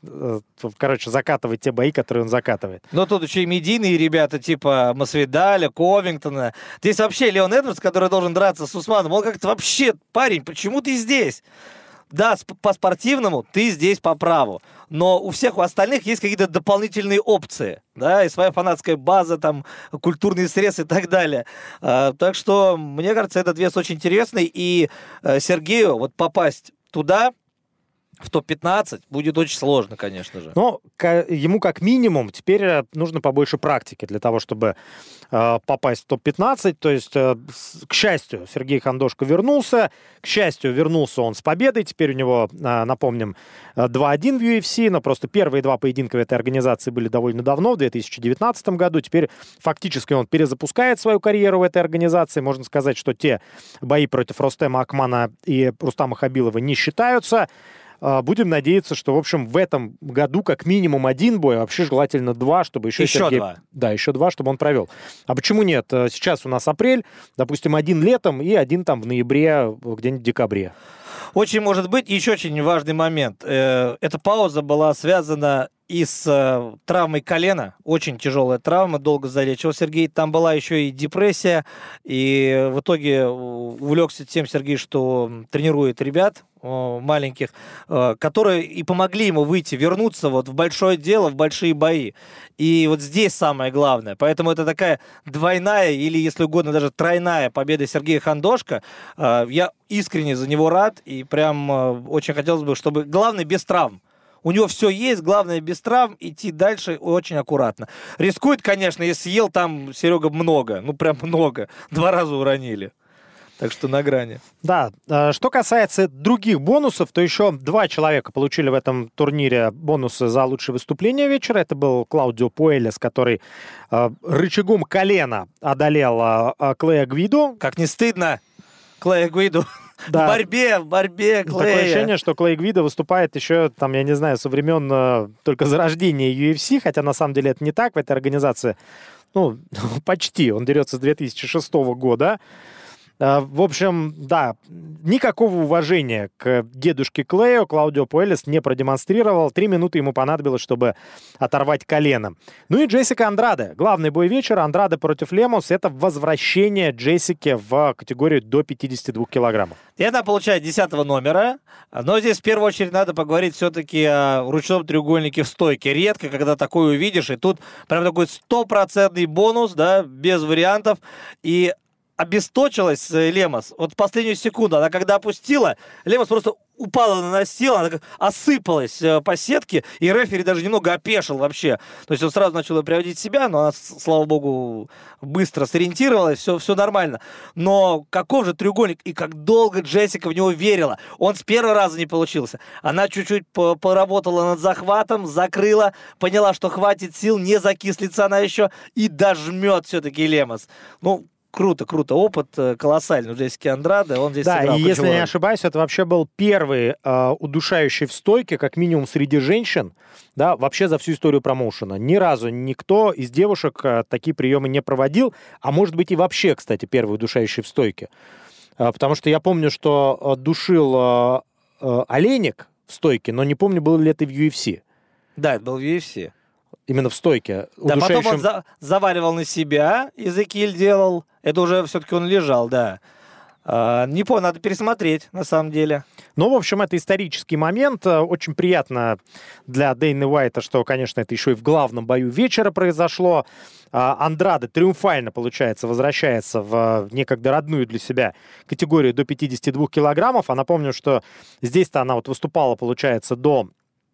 короче, закатывать те бои, которые он закатывает. Но тут еще и медийные ребята, типа Масвидаля, Ковингтона. Здесь вообще Леон Эдвардс, который должен драться с Усманом, он как-то вообще, парень, почему ты здесь? Да, по спортивному ты здесь по праву, но у всех у остальных есть какие-то дополнительные опции, да, и своя фанатская база, там, культурный срез и так далее. Так что, мне кажется, этот вес очень интересный, и Сергею вот попасть туда, в топ-15, будет очень сложно, конечно же. Но ему как минимум теперь нужно побольше практики для того, чтобы попасть в топ-15. То есть, к счастью, Сергей Хандошко вернулся. К счастью, вернулся он с победой. Теперь у него, напомним, 2-1 в UFC. Но просто первые два поединка в этой организации были довольно давно, в 2019 году. Теперь фактически он перезапускает свою карьеру в этой организации. Можно сказать, что те бои против Рустема Акмана и Рустама Хабилова не считаются. Будем надеяться, что, в общем, в этом году как минимум один бой, а вообще желательно два, чтобы еще Сергей... два. Да, еще два, чтобы он провел. А почему нет? Сейчас у нас апрель, допустим, один летом и один там в ноябре, где-нибудь в декабре. Очень может быть. Еще очень важный момент. Эта пауза была связана и с травмой колена. Очень тяжелая травма, долго залечивал Сергей. Там была еще и депрессия. И в итоге увлекся тем Сергей, что тренирует ребят маленьких, которые и помогли ему выйти, вернуться вот в большое дело, в большие бои. И вот здесь самое главное. Поэтому это такая двойная или, если угодно, даже тройная победа Сергея Хандошко. Я искренне за него рад. И прям очень хотелось бы, чтобы... Главное, без травм. У него все есть, главное, без травм, идти дальше очень аккуратно. Рискует, конечно, если съел там Серега много, ну прям много. 2 раза уронили. Так что на грани. Да, что касается других бонусов, то еще 2 человека получили в этом турнире бонусы за лучшее выступление вечера. Это был Клаудио Пуэлес, который рычагом колена одолел Клея Гвиду. Как не стыдно Клея Гвиду. Да. В борьбе Клея. Такое ощущение, что Клей Гвида выступает еще, там, я не знаю, со времен только зарождения UFC, хотя на самом деле это не так в этой организации. Ну, почти. Он дерется с 2006 года. В общем, да, никакого уважения к дедушке Клею Клаудио Пуэлес не продемонстрировал. 3 минуты ему понадобилось, чтобы оторвать колено. Ну и Джессика Андраде. Главный бой вечера. Андраде против Лемус. Это возвращение Джессики в категорию до 52 килограммов. И она получает 10-го номера. Но здесь в первую очередь надо поговорить все-таки о ручном треугольнике в стойке. Редко, когда такое увидишь. И тут прям такой 100% бонус, да, без вариантов. И обесточилась Лемос. Вот в последнюю секунду, она когда опустила, Лемос просто упала на настил, она осыпалась по сетке, и рефери даже немного опешил вообще. То есть он сразу начал ее приводить в себя, но она, слава богу, быстро сориентировалась, все нормально. Но каков же треугольник, и как долго Джессика в него верила. Он с первого раза не получился. Она чуть-чуть поработала над захватом, закрыла, поняла, что хватит сил, не закислится она еще, и дожмет все-таки Лемос. Ну, круто. Опыт колоссальный у Джессики Андраде. Он здесь сыграл. Да, и если не ошибаюсь, это вообще был первый удушающий в стойке, как минимум среди женщин, да, вообще за всю историю промоушена. Ни разу никто из девушек такие приемы не проводил, а может быть и вообще, кстати, первый удушающий в стойке. Потому что я помню, что душил Олейник в стойке, но не помню, был ли это в UFC. Да, это был в UFC. Именно в стойке. Да, потом он заваливал на себя, Изекиль делал. Это уже все-таки он лежал, да. Не помню, надо пересмотреть, на самом деле. Ну, в общем, это исторический момент. Очень приятно для Дэйны Уайта, что, конечно, это еще и в главном бою вечера произошло. Андраде триумфально, получается, возвращается в некогда родную для себя категорию до 52 килограммов. А напомню, что здесь-то она вот выступала, получается, до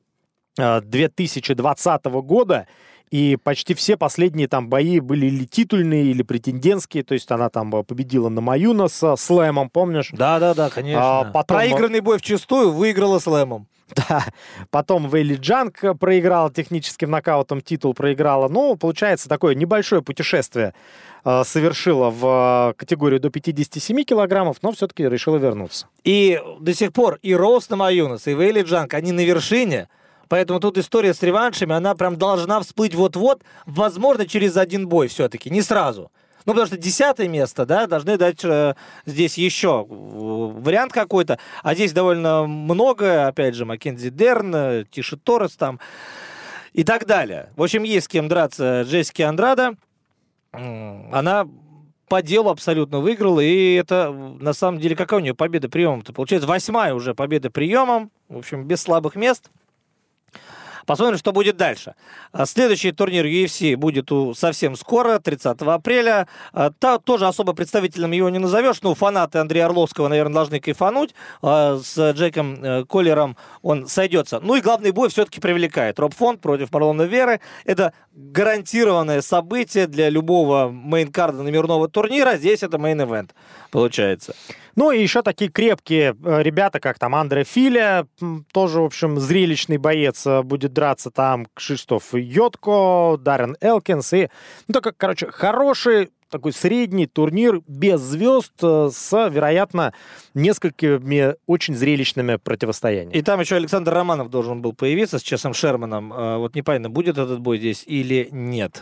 2020 года, и почти все последние там бои были или титульные, или претендентские, то есть она там победила на Маюна с Слэмом, помнишь? Да, конечно. Потом... Проигранный бой вчистую выиграла Слэмом. Да, потом Вейли Джанг проиграла техническим нокаутом, титул проиграла. Ну, получается, такое небольшое путешествие совершила в категорию до 57 килограммов, но все-таки решила вернуться. И до сих пор и Роуз Намаюнас, и Вейли Джанг, они на вершине. Поэтому тут история с реваншами, она прям должна всплыть вот-вот, возможно, через один бой все-таки, не сразу. Ну, потому что 10-е место, да, должны дать здесь еще вариант какой-то. А здесь довольно много, опять же, Маккензи Дерн, Тиши Торрес там и так далее. В общем, есть с кем драться Джессики Андраде. Она по делу абсолютно выиграла, и это, на самом деле, какая у нее победа приемом-то? Получается, 8-я уже победа приемом, в общем, без слабых мест. Посмотрим, что будет дальше. Следующий турнир UFC будет совсем скоро, 30 апреля. Тоже особо представителем его не назовешь. Ну, фанаты Андрея Орловского, наверное, должны кайфануть. С Джеком Коллером он сойдется. Ну и главный бой все-таки привлекает. Роб Фонт против Марлона Веры. Это гарантированное событие для любого мейн-карда номерного турнира. Здесь это мейн-эвент получается. Ну и еще такие крепкие ребята, как там Андре Филя, тоже, в общем, зрелищный боец, будет драться там Кшиштоф Йотко, Даррен Элкинс. И, ну, такой, короче, хороший такой средний турнир без звезд с, вероятно, несколькими очень зрелищными противостояниями. И там еще Александр Романов должен был появиться с Чесом Шерманом. Вот непонятно, будет этот бой здесь или нет.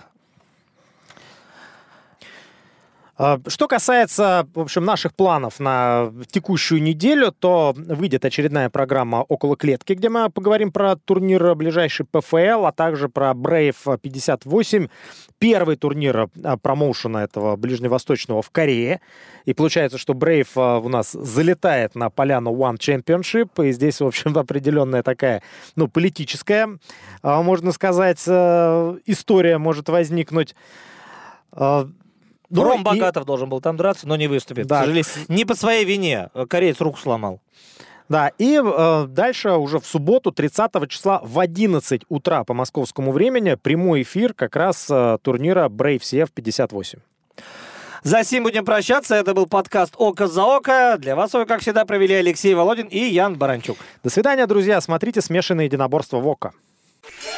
Что касается, в общем, наших планов на текущую неделю, то выйдет очередная программа «Около клетки», где мы поговорим про турнир ближайший ПФЛ, а также про Brave 58, первый турнир промоушена этого ближневосточного в Корее. И получается, что Brave у нас залетает на поляну One Championship, и здесь, в общем, определенная такая, ну, политическая, можно сказать, история может возникнуть. Ром Богатов должен был там драться, но не выступит. Да. К сожалению, не по своей вине. Кореец руку сломал. Да, и дальше уже в субботу, 30 числа в 11 утра по московскому времени прямой эфир как раз турнира Brave CF 58. За сим будем прощаться. Это был подкаст «Око за око». Для вас его, как всегда, провели Алексей Володин и Ян Баранчук. До свидания, друзья. Смотрите «Смешанные единоборства» в ОКО.